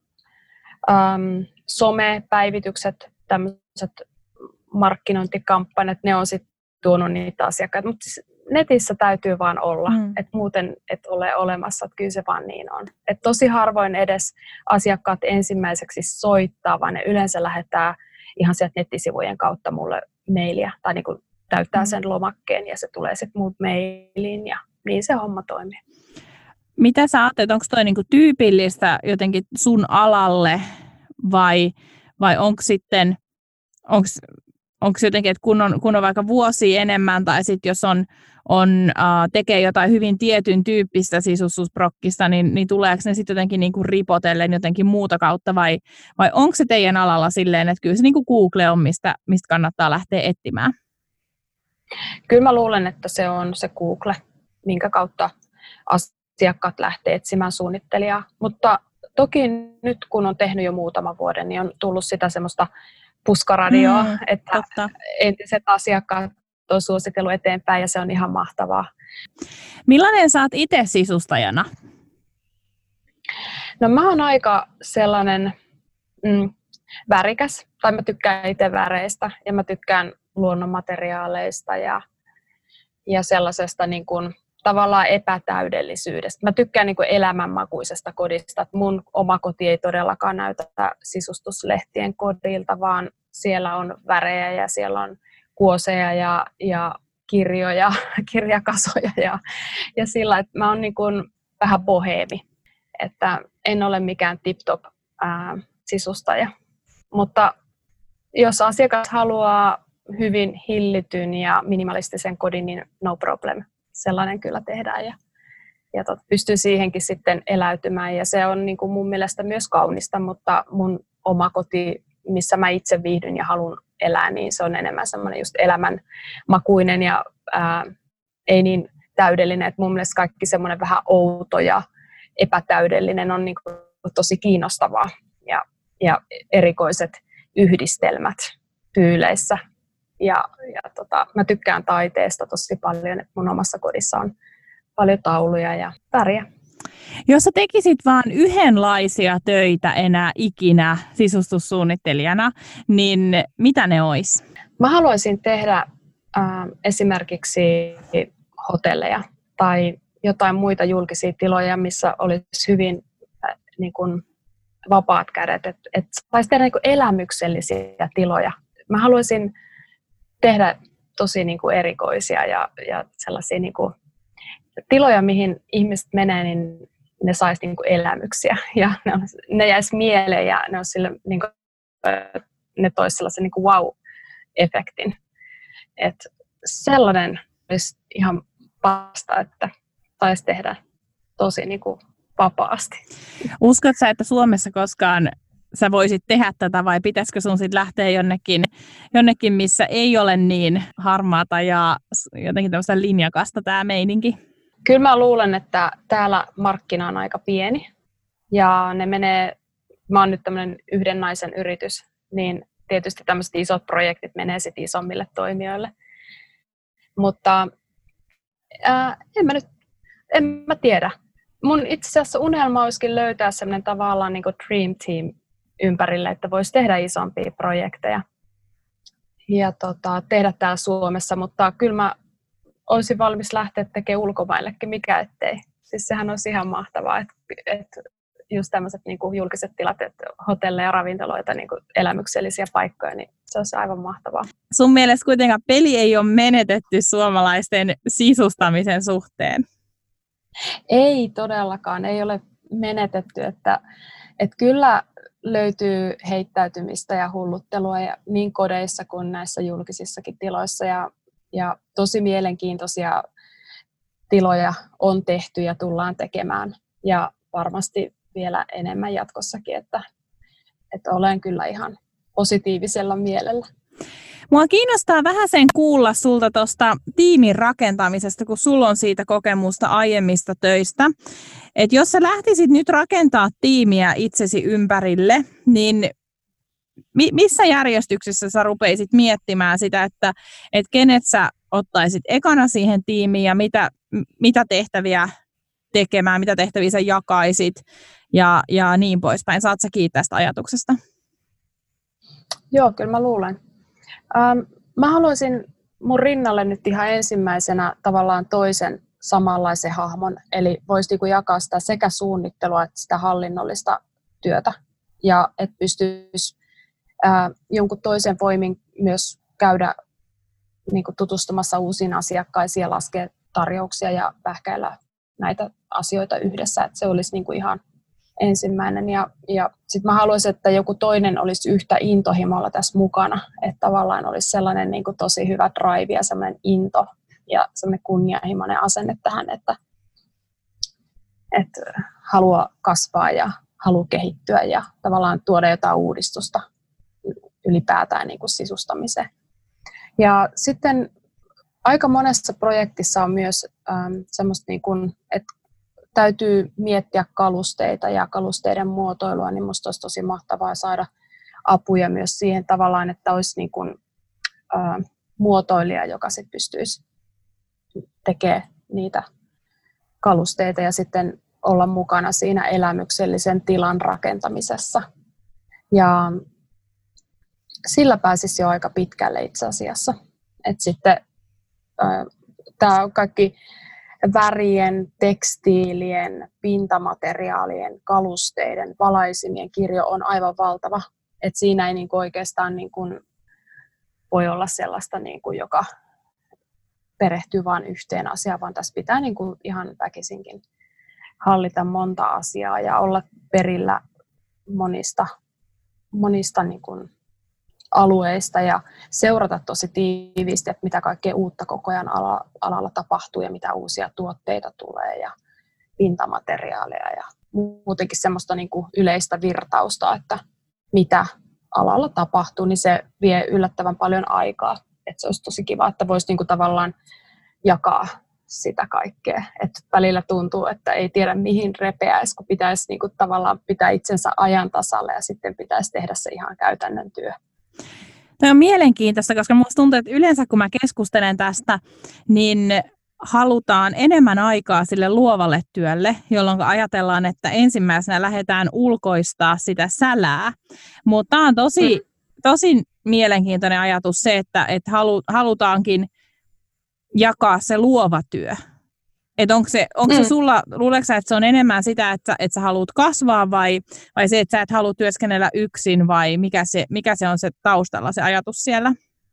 ähm, somepäivitykset, tämmöiset markkinointikampanjat, ne on sitten tuonut niitä asiakkaita. Mutta netissä täytyy vaan olla, mm. että muuten et ole olemassa, että kyllä se vaan niin on. Et tosi harvoin edes asiakkaat ensimmäiseksi soittaa, vaan ne yleensä lähettää ihan sieltä nettisivujen kautta mulle mailia tai niin kuin täyttää sen lomakkeen ja se tulee sitten muut mailiin ja niin se homma toimii. Mitä sä ajattelet, onko toi niinku tyypillistä jotenkin sun alalle vai, vai onko sitten, onko jotenkin, että kun on, kun on vaikka vuosia enemmän tai sitten jos on, on uh, tekee jotain hyvin tietyn tyyppistä sisustusprokkista, niin, niin tuleeko ne sitten jotenkin niinku ripotellen jotenkin muuta kautta vai, vai onko se teidän alalla silleen, että kyllä se niinku Google on, mistä, mistä kannattaa lähteä etsimään? Kyllä mä luulen, että se on se Google, minkä kautta asiakkaat lähtee etsimään suunnittelijaa, mutta toki nyt kun on tehnyt jo muutaman vuoden, niin on tullut sitä semmoista puskaradioa, mm, että totta. Entiset asiakkaat on suositellut eteenpäin ja se on ihan mahtavaa. Millainen sä oot itse sisustajana? No mä oon aika sellainen mm, värikäs, tai mä tykkään itse väreistä ja mä tykkään luonnonmateriaaleista ja, ja sellaisesta niin kuin, tavallaan epätäydellisyydestä. Mä tykkään niin kuin elämänmakuisesta kodista. Että mun oma koti ei todellakaan näytä sisustuslehtien kodilta, vaan siellä on värejä ja siellä on kuoseja ja, ja kirjoja, kirjakasoja ja, ja sillä, että mä oon niin kuin vähän boheemi. Että en ole mikään tip-top ää, sisustaja. Mutta jos asiakas haluaa hyvin hillityn ja minimalistisen kodin, niin no problem. Sellainen kyllä tehdään ja, ja tot, pystyy siihenkin sitten eläytymään ja se on niin kuin mun mielestä myös kaunista, mutta mun oma koti, missä mä itse viihdyn ja haluan elää, niin se on enemmän semmoinen just elämänmakuinen ja ää, ei niin täydellinen, että mun mielestä kaikki semmoinen vähän outo ja epätäydellinen on niin kuin tosi kiinnostavaa ja, ja erikoiset yhdistelmät tyyleissä. Ja, ja tota, mä tykkään taiteesta tosi paljon, että mun omassa kodissa on paljon tauluja ja väriä. Jos sä tekisit vaan yhdenlaisia töitä enää ikinä sisustussuunnittelijana, niin mitä ne ois? Mä haluaisin tehdä äh, esimerkiksi hotelleja tai jotain muita julkisia tiloja, missä olisi hyvin äh, niin kuin vapaat kädet, että et saisi tehdä niin kuin elämyksellisiä tiloja. Mä haluaisin tehdä tosi niin kuin erikoisia ja, ja sellaisia niin kuin tiloja, mihin ihmiset menee, niin ne saisi niin kuin elämyksiä ja ne, on, ne jäisi mieleen ja ne, on sille, niin kuin, ne toisi sellaisen niin kuin wow-efektin. Et sellainen olisi ihan vasta, että saisi tehdä tosi niin kuin vapaasti. Uskotko sä, että Suomessa koskaan sä voisit tehdä tätä vai pitäisikö sun sit lähteä jonnekin, jonnekin, missä ei ole niin harmaata ja jotenkin tämmöistä linjakasta tämä meininki? Kyllä mä luulen, että täällä markkina on aika pieni ja ne menee, mä oon nyt tämmöinen yhden naisen yritys, niin tietysti tämmöiset isot projektit menee sitten isommille toimijoille. Mutta ää, en mä nyt, en mä tiedä. Mun itse asiassa unelma olisikin löytää semmoinen tavallaan niin kuin dream team ympärille, että voisi tehdä isompia projekteja ja tota, tehdä täällä Suomessa, mutta kyllä mä olisin valmis lähteä tekemään ulkomaillekin, mikä ettei. Siis sehän olisi ihan mahtavaa, että, että just tämmöiset niin kuin julkiset tilat, että hotelleja, ravintoloita, niin kuin elämyksellisiä paikkoja, niin se olisi aivan mahtavaa. Sun mielestä kuitenkaan peli ei ole menetetty suomalaisten sisustamisen suhteen? Ei todellakaan, ei ole menetetty, että, että kyllä löytyy heittäytymistä ja hulluttelua ja niin kodeissa kuin näissä julkisissakin tiloissa ja, ja tosi mielenkiintoisia tiloja on tehty ja tullaan tekemään ja varmasti vielä enemmän jatkossakin, että, että olen kyllä ihan positiivisella mielellä. Mua kiinnostaa vähän sen kuulla sulta tuosta tiimin rakentamisesta, kun sulla on siitä kokemusta aiemmista töistä. Et jos sä lähtisit nyt rakentaa tiimiä itsesi ympärille, niin mi- missä järjestyksessä sä rupeisit miettimään sitä, että et kenet sä ottaisit ekana siihen tiimiin ja mitä, mitä tehtäviä tekemään, mitä tehtäviä sä jakaisit ja, ja niin poispäin. Saat sä kiittää tästä ajatuksesta? Joo, kyllä mä luulen. Ähm, mä haluaisin mun rinnalle nyt ihan ensimmäisenä tavallaan toisen samanlaisen hahmon, eli voisi niinku jakaa sitä sekä suunnittelua että sitä hallinnollista työtä, ja että pystyisi äh, jonkun toisen voimin myös käydä niinku tutustumassa uusiin asiakkaisiin ja laskea tarjouksia ja pähkäillä näitä asioita yhdessä, että se olisi niinku ihan ensimmäinen. Ja, ja sitten mä haluaisin, että joku toinen olisi yhtä intohimolla tässä mukana, että tavallaan olisi sellainen niin kuin tosi hyvä drive ja sellainen into ja sellainen kunnianhimoinen asenne tähän, että, että haluaa kasvaa ja haluaa kehittyä ja tavallaan tuoda jotain uudistusta ylipäätään niin kuin sisustamiseen. Ja sitten aika monessa projektissa on myös ähm, semmoista, niin kuin, että täytyy miettiä kalusteita ja kalusteiden muotoilua, niin musta olisi tosi mahtavaa saada apuja myös siihen tavallaan, että olisi niin kuin, ä, muotoilija, joka sit pystyisi tekemään niitä kalusteita ja sitten olla mukana siinä elämyksellisen tilan rakentamisessa. Ja sillä pääsisi jo aika pitkälle itse asiassa. Et sitten ä, tämä on kaikki värien, tekstiilien, pintamateriaalien, kalusteiden, valaisimien kirjo on aivan valtava. Et siinä ei niinku oikeastaan niinku voi olla sellaista, niinku, joka perehtyy vain yhteen asiaan, vaan tässä pitää niinku ihan väkisinkin hallita monta asiaa ja olla perillä monista, monista niinku alueista ja seurata tosi tiiviisti, että mitä kaikkea uutta koko ajan alalla tapahtuu ja mitä uusia tuotteita tulee ja pintamateriaaleja ja muutenkin semmoista niin kuin yleistä virtausta, että mitä alalla tapahtuu, niin se vie yllättävän paljon aikaa. Että se olisi tosi kiva, että voisi niin kuin tavallaan jakaa sitä kaikkea. Että välillä tuntuu, että ei tiedä mihin repeäisi, kun pitäisi niin kuin tavallaan pitää itsensä ajan tasalle ja sitten pitäisi tehdä se ihan käytännön työ. Tämä on mielenkiintoista, koska minusta tuntuu, että yleensä kun mä keskustelen tästä, niin halutaan enemmän aikaa sille luovalle työlle, jolloin ajatellaan, että ensimmäisenä lähdetään ulkoistaa sitä sälää. Mutta tämä on tosi, tosi mielenkiintoinen ajatus se, että, että halu, halutaankin jakaa se luova työ. Että onko se, onko se mm. sulla, luuletko sä, että se on enemmän sitä, että, että sä haluat kasvaa vai, vai se, että sä et halua työskennellä yksin vai mikä se, mikä se on se taustalla, se ajatus siellä?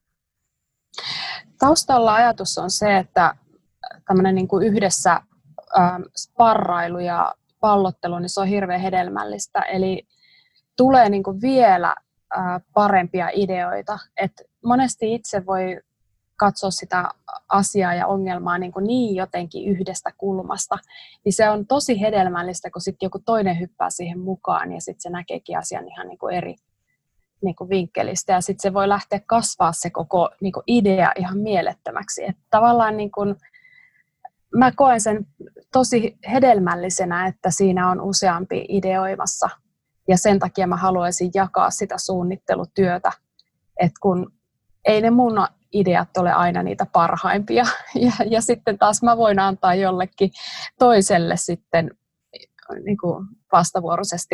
Taustalla ajatus on se, että tämmöinen niin kuin yhdessä ähm, sparrailu ja pallottelu, niin se on hirveän hedelmällistä. Eli tulee niin kuin vielä äh, parempia ideoita. Et monesti itse voi katsoa sitä asiaa ja ongelmaa niin, kuin niin jotenkin yhdestä kulmasta, niin se on tosi hedelmällistä, kun sitten joku toinen hyppää siihen mukaan ja sitten se näkeekin asian ihan niin kuin eri niin kuin vinkkelistä ja sitten se voi lähteä kasvaa se koko niin kuin idea ihan mielettömäksi. Että tavallaan niin kuin, mä koen sen tosi hedelmällisenä, että siinä on useampi ideoimassa ja sen takia mä haluaisin jakaa sitä suunnittelutyötä, että kun ei ne mun ideat ole aina niitä parhaimpia. Ja, ja sitten taas mä voin antaa jollekin toiselle sitten niin kuin vastavuoroisesti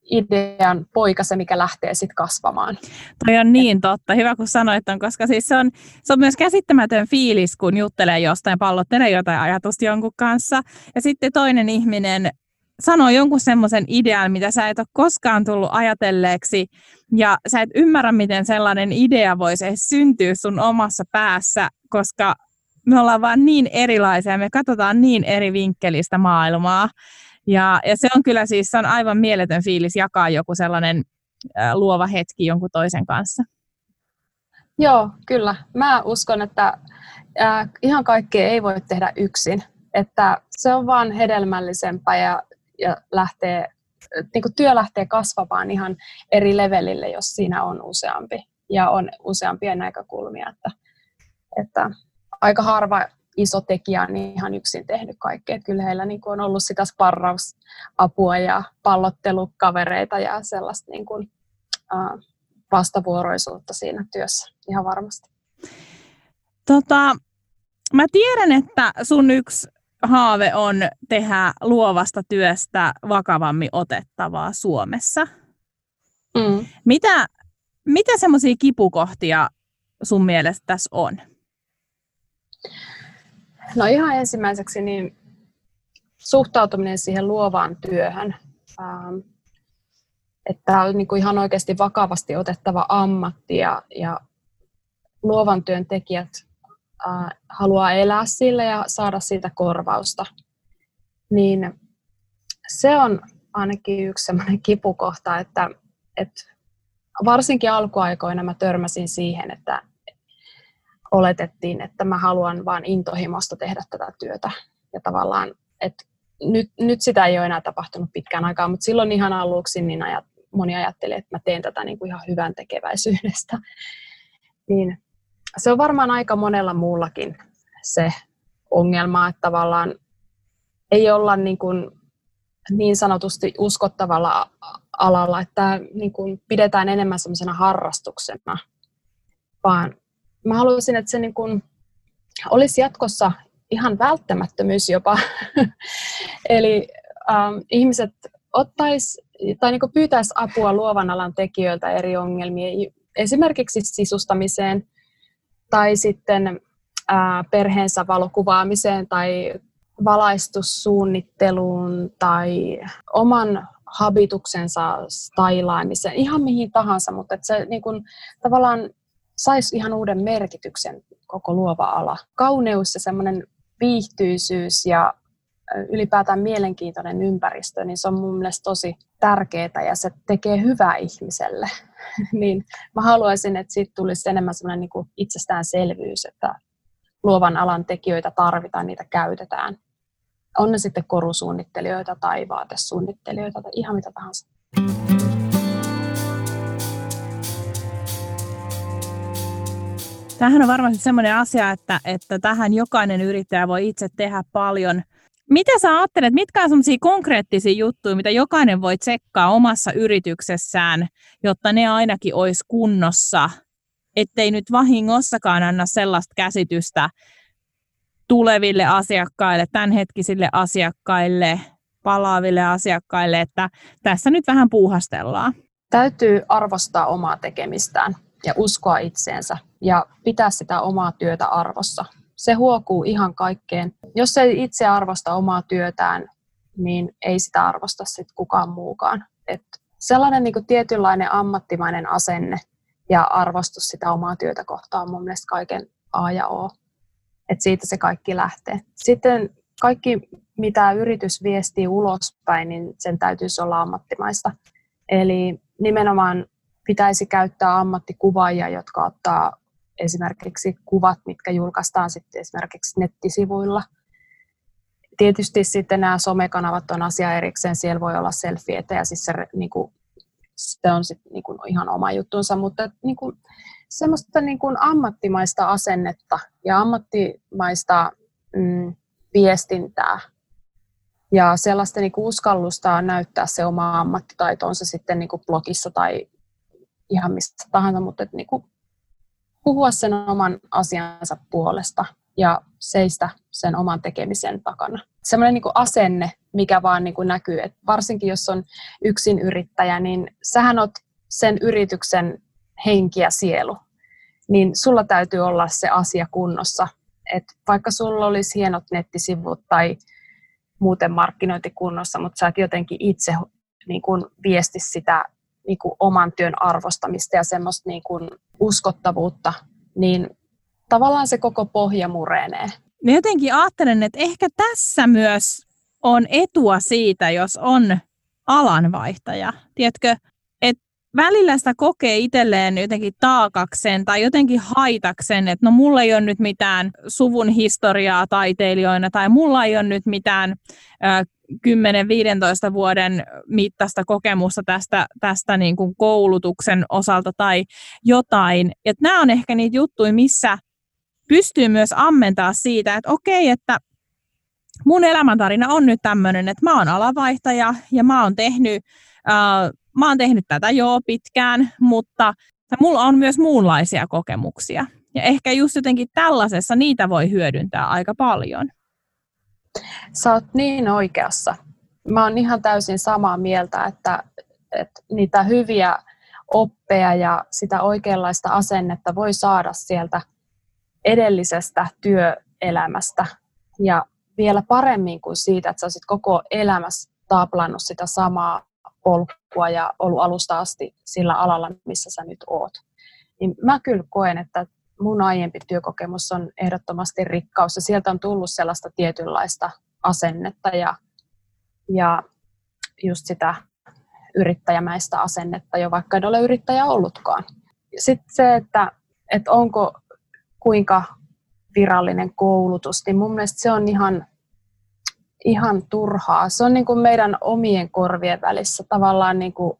idean poika se, mikä lähtee sitten kasvamaan. Toi on niin totta. Hyvä, kun sanoit ton, koska siis se on, se on myös käsittämätön fiilis, kun juttelee jostain, pallottelee jotain ajatusta jonkun kanssa. Ja sitten toinen ihminen sanoo jonkun semmoisen idean, mitä sä et ole koskaan tullut ajatelleeksi. Ja sä et ymmärrä, miten sellainen idea voisi edes syntyä sun omassa päässä, koska me ollaan vaan niin erilaisia ja me katsotaan niin eri vinkkelistä maailmaa. Ja, ja se on kyllä siis se on aivan mieletön fiilis jakaa joku sellainen äh, luova hetki jonkun toisen kanssa. Joo, kyllä. Mä uskon, että äh, ihan kaikkea ei voi tehdä yksin. Että se on vaan hedelmällisempää ja, ja lähtee, niin kuin työ lähtee kasvamaan ihan eri levelille, jos siinä on useampi. Ja on useampia näkökulmia. Että, että aika harva iso tekijä on ihan yksin tehnyt kaikkea. Että kyllä heillä niin kuin on ollut sitä sparrausapua ja pallottelukavereita ja sellaista niin kuin, uh, vastavuoroisuutta siinä työssä ihan varmasti. Tota, mä tiedän, että sun yksi haave on tehdä luovasta työstä vakavammin otettavaa Suomessa. Mm. Mitä, mitä semmoisia kipukohtia sun mielestä tässä on? No ihan ensimmäiseksi niin suhtautuminen siihen luovaan työhön, ähm, että on niin kuin ihan oikeasti vakavasti otettava ammatti ja, ja luovan työn tekijät äh, haluaa elää sillä ja saada siitä korvausta, niin se on ainakin yksi sellainen kipukohta, että, että varsinkin alkuaikoina mä törmäsin siihen, että oletettiin, että mä haluan vain intohimosta tehdä tätä työtä. Ja tavallaan, että nyt, nyt sitä ei ole enää tapahtunut pitkään aikaa, mutta silloin ihan aluksi niin ajat, moni ajatteli, että mä teen tätä niin kuin ihan hyvän tekeväisyydestä. Niin se on varmaan aika monella muullakin se ongelma, että tavallaan ei olla niin, kuin niin sanotusti uskottavalla alalla, että niin kuin pidetään enemmän semmoisena harrastuksena, vaan mä haluaisin, että se niin kuin olisi jatkossa ihan välttämättömyys jopa. Eli ähm, ihmiset ottais, tai niin kuin pyytäisi apua luovan alan tekijöiltä eri ongelmiin, esimerkiksi sisustamiseen tai sitten äh, perheensä valokuvaamiseen tai valaistussuunnitteluun tai oman habituksensa stailaamiseen, ihan mihin tahansa, mutta että se niin kuin, tavallaan saisi ihan uuden merkityksen koko luova ala. Kauneus ja semmoinen viihtyisyys ja ylipäätään mielenkiintoinen ympäristö, niin se on mun mielestä tosi tärkeää ja se tekee hyvää ihmiselle. Niin mä haluaisin, että siitä tulisi enemmän semmoinen niin kuin itsestäänselvyys, että luovan alan tekijöitä tarvitaan, niitä käytetään. On ne sitten korusuunnittelijoita tai vaatesuunnittelijoita tai ihan mitä tahansa. Tämähän on varmasti semmoinen asia, että, että tähän jokainen yrittäjä voi itse tehdä paljon. Mitä sä ajattelet, mitkä on semmoisia konkreettisia juttuja, mitä jokainen voi tsekkaa omassa yrityksessään, jotta ne ainakin olisi kunnossa, ettei nyt vahingossakaan anna sellaista käsitystä tuleville asiakkaille, tämänhetkisille asiakkaille, palaaville asiakkaille, että tässä nyt vähän puuhastellaan. Täytyy arvostaa omaa tekemistään ja uskoa itseensä ja pitää sitä omaa työtä arvossa. Se huokuu ihan kaikkeen. Jos ei itse arvosta omaa työtään, niin ei sitä arvosta sit kukaan muukaan. Et sellainen niin kuin tietynlainen ammattimainen asenne ja arvostus sitä omaa työtä kohtaan on mun mielestä kaiken A ja O. Et siitä se kaikki lähtee. Sitten kaikki, mitä yritys viestii ulospäin, niin sen täytyisi olla ammattimaista. Eli nimenomaan pitäisi käyttää ammattikuvaajia, jotka ottaa esimerkiksi kuvat, mitkä julkaistaan sitten esimerkiksi nettisivuilla. Tietysti sitten nämä somekanavat on asia erikseen, siellä voi olla selfieitä ja siis se, niin kuin, se on sitten niin kuin ihan oma juttunsa, mutta niin kuin, semmoista niin kuin ammattimaista asennetta ja ammattimaista mm, viestintää ja sellaista niin kuin uskallusta näyttää se oma ammattitaito, on se sitten niin kuin blogissa tai ihan mistä tahansa, mutta että niin kuin puhua sen oman asiansa puolesta ja seistä sen oman tekemisen takana. Semmoinen niin kuin asenne mikä vaan niin kuin näkyy. Et varsinkin jos on yksin yrittäjä, niin sähän oot sen yrityksen henki ja sielu. Niin sulla täytyy olla se asia kunnossa. Et vaikka sulla olisi hienot nettisivut tai muuten markkinointi kunnossa, mutta sä et jotenkin itse niin kun viesti sitä niin kun oman työn arvostamista ja semmoista niin kun uskottavuutta, niin tavallaan se koko pohja murenee. Mä jotenkin ajattelen, että ehkä tässä myös on etua siitä, jos on alanvaihtaja. Tiedätkö, että välillä sitä kokee itselleen jotenkin taakakseen tai jotenkin haitakseen, että no mulla ei ole nyt mitään suvun historiaa taiteilijoina tai mulla ei ole nyt mitään äh, kymmenen viisitoista vuoden mittaista kokemusta tästä, tästä niin kuin koulutuksen osalta tai jotain. Et nämä on ehkä niitä juttuja, missä pystyy myös ammentaa siitä, että okei, että mun elämäntarina on nyt tämmöinen, että mä oon alavaihtaja ja mä oon tehnyt, äh, mä oon tehnyt tätä jo pitkään, mutta mulla on myös muunlaisia kokemuksia. Ja ehkä just jotenkin tällaisessa niitä voi hyödyntää aika paljon. Sä oot niin oikeassa. Mä oon ihan täysin samaa mieltä, että, että niitä hyviä oppeja ja sitä oikeanlaista asennetta voi saada sieltä edellisestä työelämästä ja vielä paremmin kuin siitä, että sä olisit koko elämässä taaplannut sitä samaa polkua ja ollut alusta asti sillä alalla, missä sä nyt oot. Niin mä kyllä koen, että mun aiempi työkokemus on ehdottomasti rikkaus ja sieltä on tullut sellaista tietynlaista asennetta ja, ja just sitä yrittäjämäistä asennetta, jo vaikka en ole yrittäjä ollutkaan. Sitten se, että, että onko kuinka virallinen koulutus, niin mun mielestä se on ihan, ihan turhaa. Se on niin kuin meidän omien korvien välissä tavallaan niin kuin,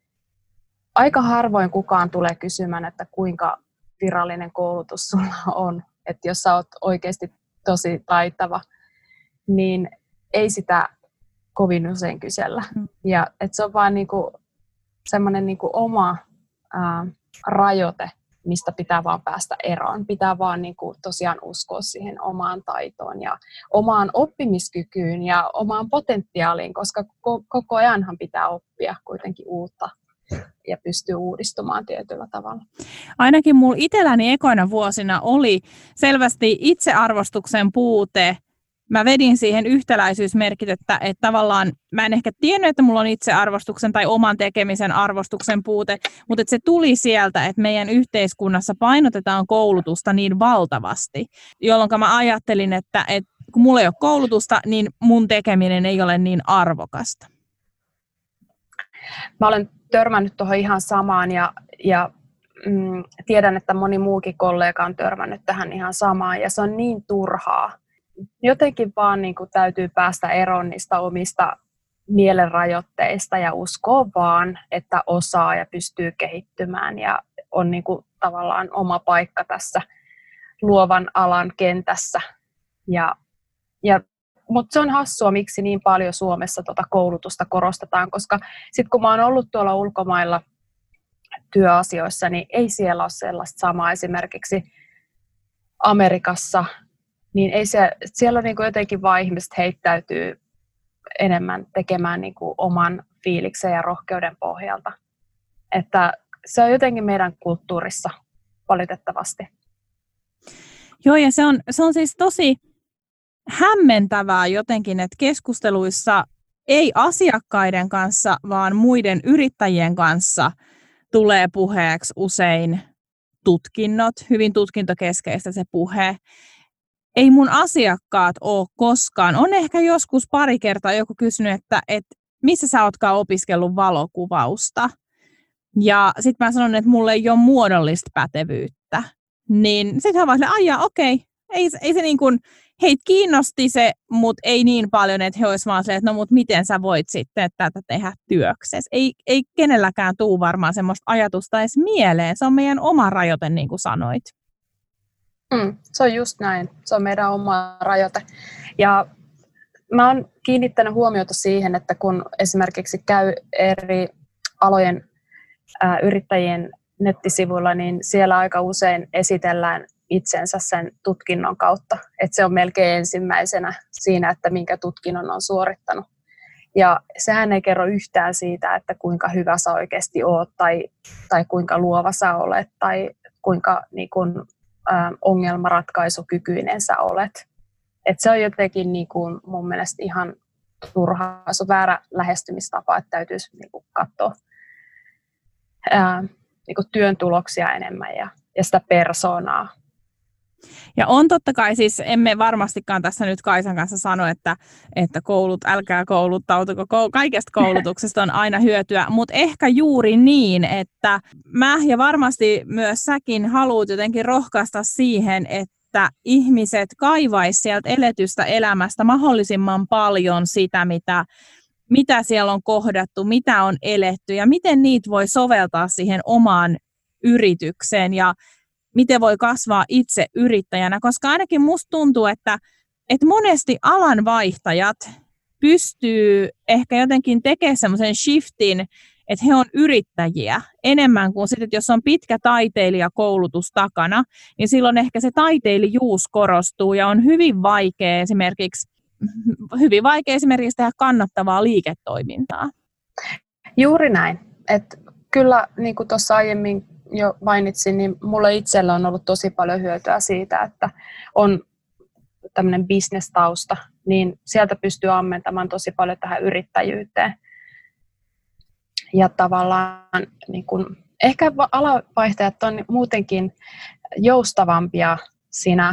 aika harvoin kukaan tulee kysymään, että kuinka virallinen koulutus sulla on. Että jos sä oot oikeasti tosi taitava, niin ei sitä kovin usein kysellä. Ja että se on vaan niin kuin semmoinen niin kuin oma ää, rajoite, mistä pitää vaan päästä eroon. Pitää vaan niin kuin tosiaan uskoa siihen omaan taitoon ja omaan oppimiskykyyn ja omaan potentiaaliin, koska koko ajanhan pitää oppia kuitenkin uutta ja pystyy uudistumaan tietyllä tavalla. Ainakin mulla itselläni ekoina vuosina oli selvästi itsearvostuksen puute. Mä vedin siihen yhtäläisyysmerkit, että, että tavallaan mä en ehkä tiennyt, että mulla on itsearvostuksen tai oman tekemisen arvostuksen puute, mutta että se tuli sieltä, että meidän yhteiskunnassa painotetaan koulutusta niin valtavasti, jolloin mä ajattelin, että, että kun mulla ei ole koulutusta, niin mun tekeminen ei ole niin arvokasta. Mä olen törmännyt tuohon ihan samaan ja, ja mm, tiedän, että moni muukin kollega on törmännyt tähän ihan samaan ja se on niin turhaa. Jotenkin vaan niin kuin täytyy päästä eroon niistä omista mielenrajoitteista ja uskoa vaan, että osaa ja pystyy kehittymään ja on niin kuin tavallaan oma paikka tässä luovan alan kentässä. Ja, ja, mutta se on hassua, miksi niin paljon Suomessa tuota koulutusta korostetaan, koska sitten kun mä oon ollut tuolla ulkomailla työasioissa, niin ei siellä ole sellaista samaa esimerkiksi Amerikassa. Niin ei se, siellä niin kuin jotenkin vaan ihmiset heittäytyy enemmän tekemään niin kuin oman fiiliksen ja rohkeuden pohjalta. Että se on jotenkin meidän kulttuurissa valitettavasti. Joo, ja se on, se on siis tosi hämmentävää jotenkin, että keskusteluissa ei asiakkaiden kanssa, vaan muiden yrittäjien kanssa tulee puheeksi usein tutkinnot, hyvin tutkintokeskeistä se puhe. Ei mun asiakkaat ole koskaan. On ehkä joskus pari kertaa joku kysynyt, että, että missä sä ootkaan opiskellut valokuvausta. Ja sitten mä sanon, että mulla ei ole muodollista pätevyyttä. Niin sitten hän vaan silleen, aijaa, okei. Ei, ei se niin kuin, heitä kiinnosti se, mutta ei niin paljon, että he olisivat vaan silleen, että no mut miten sä voit sitten tätä tehdä työksesi. Ei, ei kenelläkään tule varmaan semmoista ajatusta edes mieleen. Se on meidän oma rajoite, niin kuin sanoit. Mm, se on just näin. Se on meidän oma rajoite. Ja mä oon kiinnittänyt huomiota siihen, että kun esimerkiksi käy eri alojen ää, yrittäjien nettisivuilla, niin siellä aika usein esitellään itsensä sen tutkinnon kautta. Että se on melkein ensimmäisenä siinä, että minkä tutkinnon on suorittanut. Ja sehän ei kerro yhtään siitä, että kuinka hyvä sä oikeasti oot tai, tai kuinka luova sä olet tai kuinka niin kun, ä, ongelmanratkaisukykyinen sä olet. Et se on jotenkin niin kun, mun mielestä ihan turhaa. Se on väärä lähestymistapa, että täytyisi niin kun, katsoa ää, niin kun työn tuloksia enemmän ja, ja sitä persoonaa. Ja on totta kai, siis emme varmastikaan tässä nyt Kaisan kanssa sano, että, että koulut, älkää kouluttautuko, kaikesta koulutuksesta on aina hyötyä, mutta ehkä juuri niin, että mä ja varmasti myös säkin haluat jotenkin rohkaista siihen, että ihmiset kaivaisi sieltä eletystä elämästä mahdollisimman paljon sitä, mitä, mitä siellä on kohdattu, mitä on eletty ja miten niitä voi soveltaa siihen omaan yritykseen ja miten voi kasvaa itse yrittäjänä, koska ainakin musta tuntuu, että, että monesti alanvaihtajat pystyy ehkä jotenkin tekemään semmoisen shiftin, että he on yrittäjiä enemmän kuin sitten, että jos on pitkä taiteilijakoulutus takana, niin silloin ehkä se taiteilijuus korostuu ja on hyvin vaikea esimerkiksi, hyvin vaikea esimerkiksi tehdä kannattavaa liiketoimintaa. Juuri näin. Että kyllä niin kuin tuossa aiemmin jo mainitsin, niin mulle itsellä on ollut tosi paljon hyötyä siitä, että on tämmöinen bisnestausta, niin sieltä pystyy ammentamaan tosi paljon tähän yrittäjyyteen. Ja tavallaan niin kun, ehkä alavaihtajat on muutenkin joustavampia siinä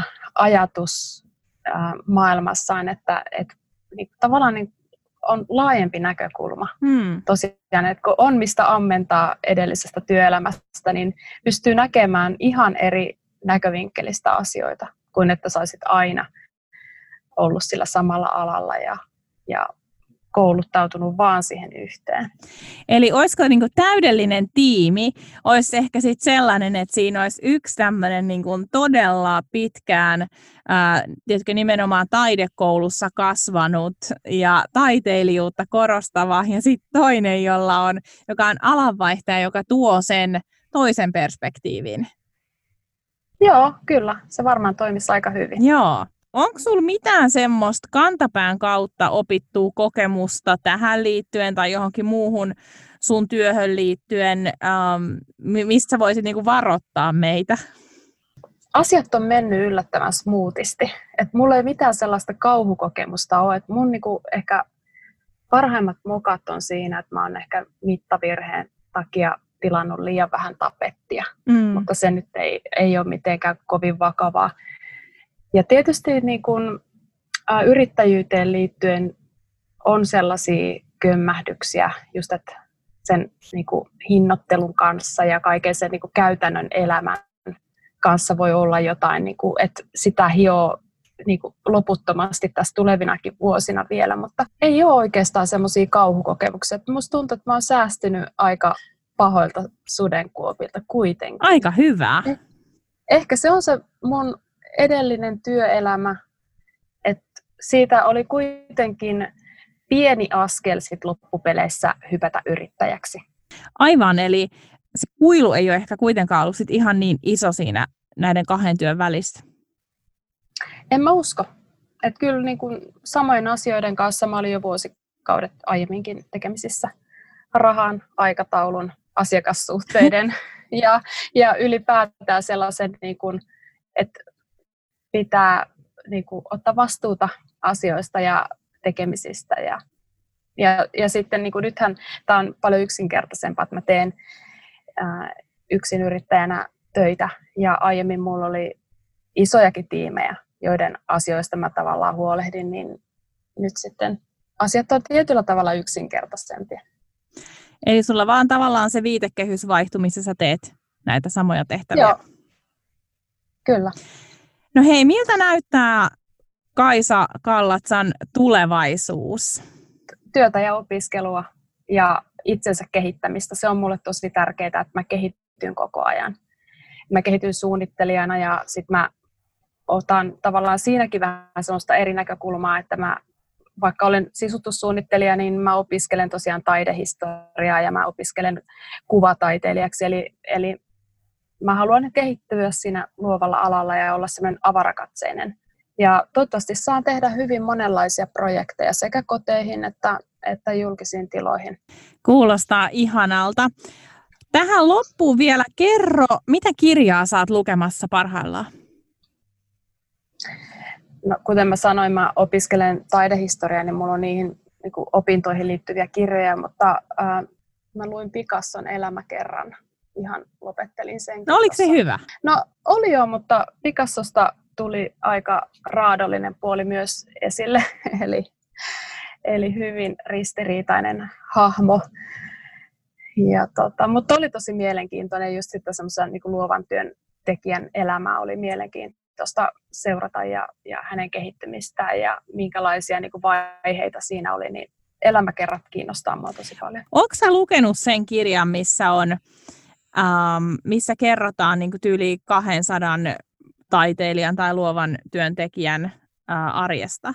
ajatusmaailmassaan, että, että niin, tavallaan niin, on laajempi näkökulma. Hmm. Tosiaan, että kun on mistä ammentaa edellisestä työelämästä, niin pystyy näkemään ihan eri näkövinkkelistä asioita, kuin että saisit aina ollut sillä samalla alalla ja, ja kouluttautunut vaan siihen yhteen. Eli olisiko niin kuin täydellinen tiimi, olisi ehkä sit sellainen, että siinä olisi yksi tämmöinen niin kuin todella pitkään ää, tiedätkö, nimenomaan taidekoulussa kasvanut ja taiteilijuutta korostava, ja sitten toinen, jolla on, joka on alanvaihtaja, joka tuo sen toisen perspektiivin. Joo, kyllä. Se varmaan toimisi aika hyvin. Joo. Onko sinulla mitään semmoista kantapään kautta opittua kokemusta tähän liittyen tai johonkin muuhun sun työhön liittyen, ähm, mistä voisit niinku varoittaa meitä? Asiat on mennyt yllättävän smoothisti. Et mulla ei mitään sellaista kauhukokemusta ole. Et mun niinku ehkä parhaimmat mokat on siinä, että mä oon ehkä mittavirheen takia tilannut liian vähän tapettia. Mm. Mutta se nyt ei, ei ole mitenkään kovin vakavaa. Ja tietysti niin kun, ä, yrittäjyyteen liittyen on sellaisia kömmähdyksiä, just että sen niin kun, hinnoittelun kanssa ja kaiken sen niin kun, käytännön elämän kanssa voi olla jotain, niin kun, että sitä hioo niin kun, loputtomasti tässä tulevinakin vuosina vielä, mutta ei ole oikeastaan semmoisia kauhukokemuksia. Musta tuntuu, että mä oon säästynyt aika pahoilta sudenkuopilta kuitenkin. Aika hyvä. Eh, ehkä se on se mun edellinen työelämä, että siitä oli kuitenkin pieni askel sit loppupeleissä hypätä yrittäjäksi. Aivan, eli se kuilu ei ole ehkä kuitenkaan ollut sit ihan niin iso siinä näiden kahden työn välissä. En mä usko. Että kyllä niin kuin samoin asioiden kanssa mä olin jo vuosikaudet aiemminkin tekemisissä rahan, aikataulun, asiakassuhteiden ja, ja ylipäätään sellaisen, niin kuin, että pitää niin kuin, ottaa vastuuta asioista ja tekemisistä. Ja, ja, ja sitten niin kuin, nythän tämä on paljon yksinkertaisempaa, että mä teen ää, yksinyrittäjänä töitä ja aiemmin mulla oli isojakin tiimejä, joiden asioista mä tavallaan huolehdin, niin nyt sitten asiat on tietyllä tavalla yksinkertaisempia. Eli sulla vaan tavallaan se viitekehys vaihtuu, missä sä teet näitä samoja tehtäviä. Joo, kyllä. No hei, miltä näyttää Kaisa Kallatsan tulevaisuus? Työtä ja opiskelua ja itsensä kehittämistä. Se on mulle tosi tärkeää, että mä kehityn koko ajan. Mä kehityn suunnittelijana ja sit mä otan tavallaan siinäkin vähän sellaista eri näkökulmaa, että mä vaikka olen sisustussuunnittelija, niin mä opiskelen tosiaan taidehistoriaa ja mä opiskelen kuvataiteilijaksi. Eli, eli mä haluan kehittyä siinä luovalla alalla ja olla semmoinen avarakatseinen. Ja toivottavasti saan tehdä hyvin monenlaisia projekteja sekä koteihin että, että julkisiin tiloihin. Kuulostaa ihanalta. Tähän loppuun vielä kerro, mitä kirjaa sä oot lukemassa parhaillaan? No, kuten mä sanoin, mä opiskelen taidehistoriaa, niin mulla on niihin niin kuin opintoihin liittyviä kirjoja, mutta äh, mä luin Picasson Elämäkerran. Ihan lopettelin sen. No oliko se hyvä? No oli joo, mutta Picassosta tuli aika raadollinen puoli myös esille, eli, eli hyvin ristiriitainen hahmo. Ja tota, mutta oli tosi mielenkiintoinen, just sitten semmoisen niin kuin luovan työn tekijän elämä oli mielenkiintoista seurata ja, ja hänen kehittymistään ja minkälaisia niin kuin vaiheita siinä oli, niin Elämäkerrat kiinnostaa mua tosi paljon. Oletko sä lukenut sen kirjan, missä on, ähm, missä kerrotaan niin kuin tyyli kaksisataa taiteilijan tai luovan työntekijän äh, arjesta?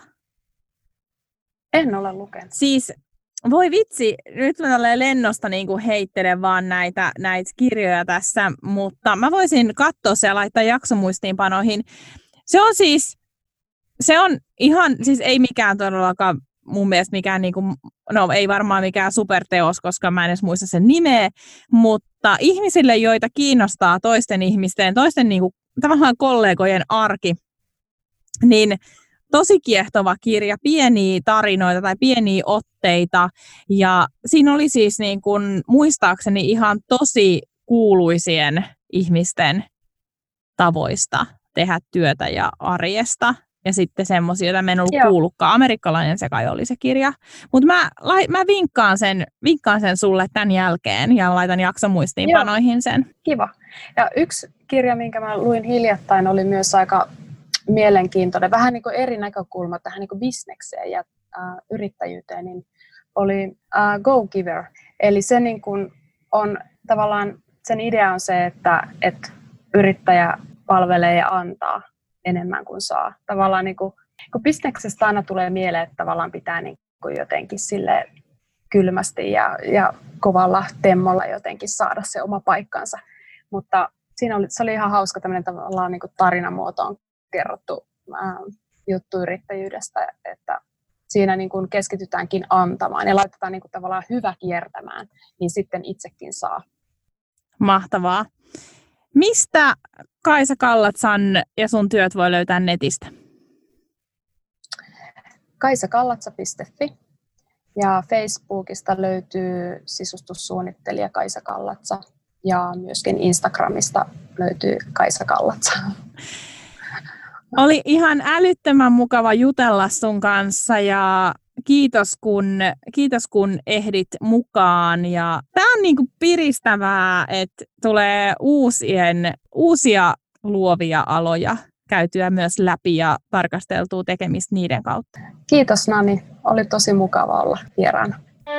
En ole lukenut. Siis voi vitsi, nyt mä olen lennosta niin kuin heittelen vaan näitä, näitä kirjoja tässä, mutta mä voisin katsoa se ja laittaa jaksomuistiinpanoihin. Se on siis, se on ihan, siis ei mikään todellakaan mun mielestä mikään, niin kuin, no ei varmaan mikään superteos, koska mä en edes muista sen nimeä, mutta ihmisille, joita kiinnostaa toisten ihmisten, toisten niin kuin, tavallaan kollegojen arki, niin tosi kiehtova kirja, pieniä tarinoita tai pieniä otteita. Ja siinä oli siis niin kuin, muistaakseni ihan tosi kuuluisien ihmisten tavoista tehdä työtä ja arjesta. Ja sitten semmoisia, joita mä en ollut Joo. kuullutkaan. Amerikkalainen se kai oli se kirja. Mutta mä, mä vinkkaan, sen, vinkkaan sen sulle tämän jälkeen ja laitan jaksomuistiinpanoihin sen. Kiva. Ja yksi kirja, minkä mä luin hiljattain, oli myös aika mielenkiintoinen. Vähän niin kuin eri näkökulma tähän niin kuin bisnekseen ja äh, yrittäjyyteen, niin oli äh, Go Giver. Eli se niin kuin on tavallaan, sen idea on se, että, että yrittäjä palvelee ja antaa enemmän kuin saa. Tavallaan niin kuin, kun bisneksestä aina tulee mieleen, että tavallaan pitää niin kuin jotenkin sille kylmästi ja, ja kovalla temmolla jotenkin saada se oma paikkansa. Mutta siinä oli, se oli ihan hauska tämmöinen tavallaan niin kuin tarinamuotoon kerrottu ää, juttu yrittäjyydestä, että siinä niin kuin keskitytäänkin antamaan ja laitetaan niin kuin tavallaan hyvä kiertämään, niin sitten itsekin saa. Mahtavaa. Mistä Kaisa Kallatsan ja sun työt voi löytää netistä? kaisakallatsa piste fi ja Facebookista löytyy sisustussuunnittelija Kaisa Kallatsa ja myöskin Instagramista löytyy Kaisa Kallatsa. Oli ihan älyttömän mukava jutella sun kanssa ja kiitos kun, kiitos kun ehdit mukaan. Ja tää on niinku piristävää, että tulee uusien, uusia luovia aloja käytyä myös läpi ja tarkasteltua tekemistä niiden kautta. Kiitos Nani, oli tosi mukava olla vieraana.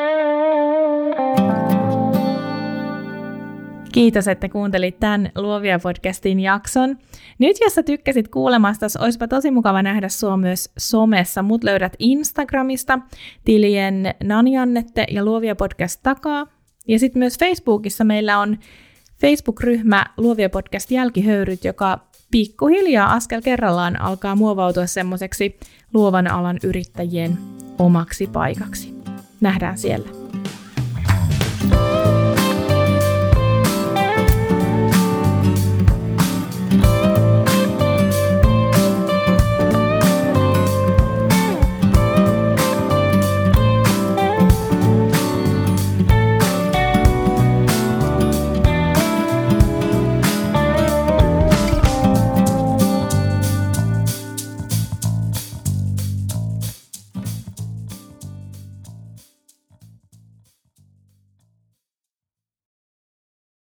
Kiitos, että kuuntelit tämän Luovia podcastin jakson. Nyt jos sä tykkäsit kuulemasta, olisipa tosi mukava nähdä sua myös somessa. Mut löydät Instagramista tilien Nani Annette ja Luovia podcast takaa. Ja sitten myös Facebookissa meillä on Facebook-ryhmä Luovia podcast jälkihöyryt, joka pikkuhiljaa askel kerrallaan alkaa muovautua semmoiseksi luovan alan yrittäjien omaksi paikaksi. Nähdään siellä.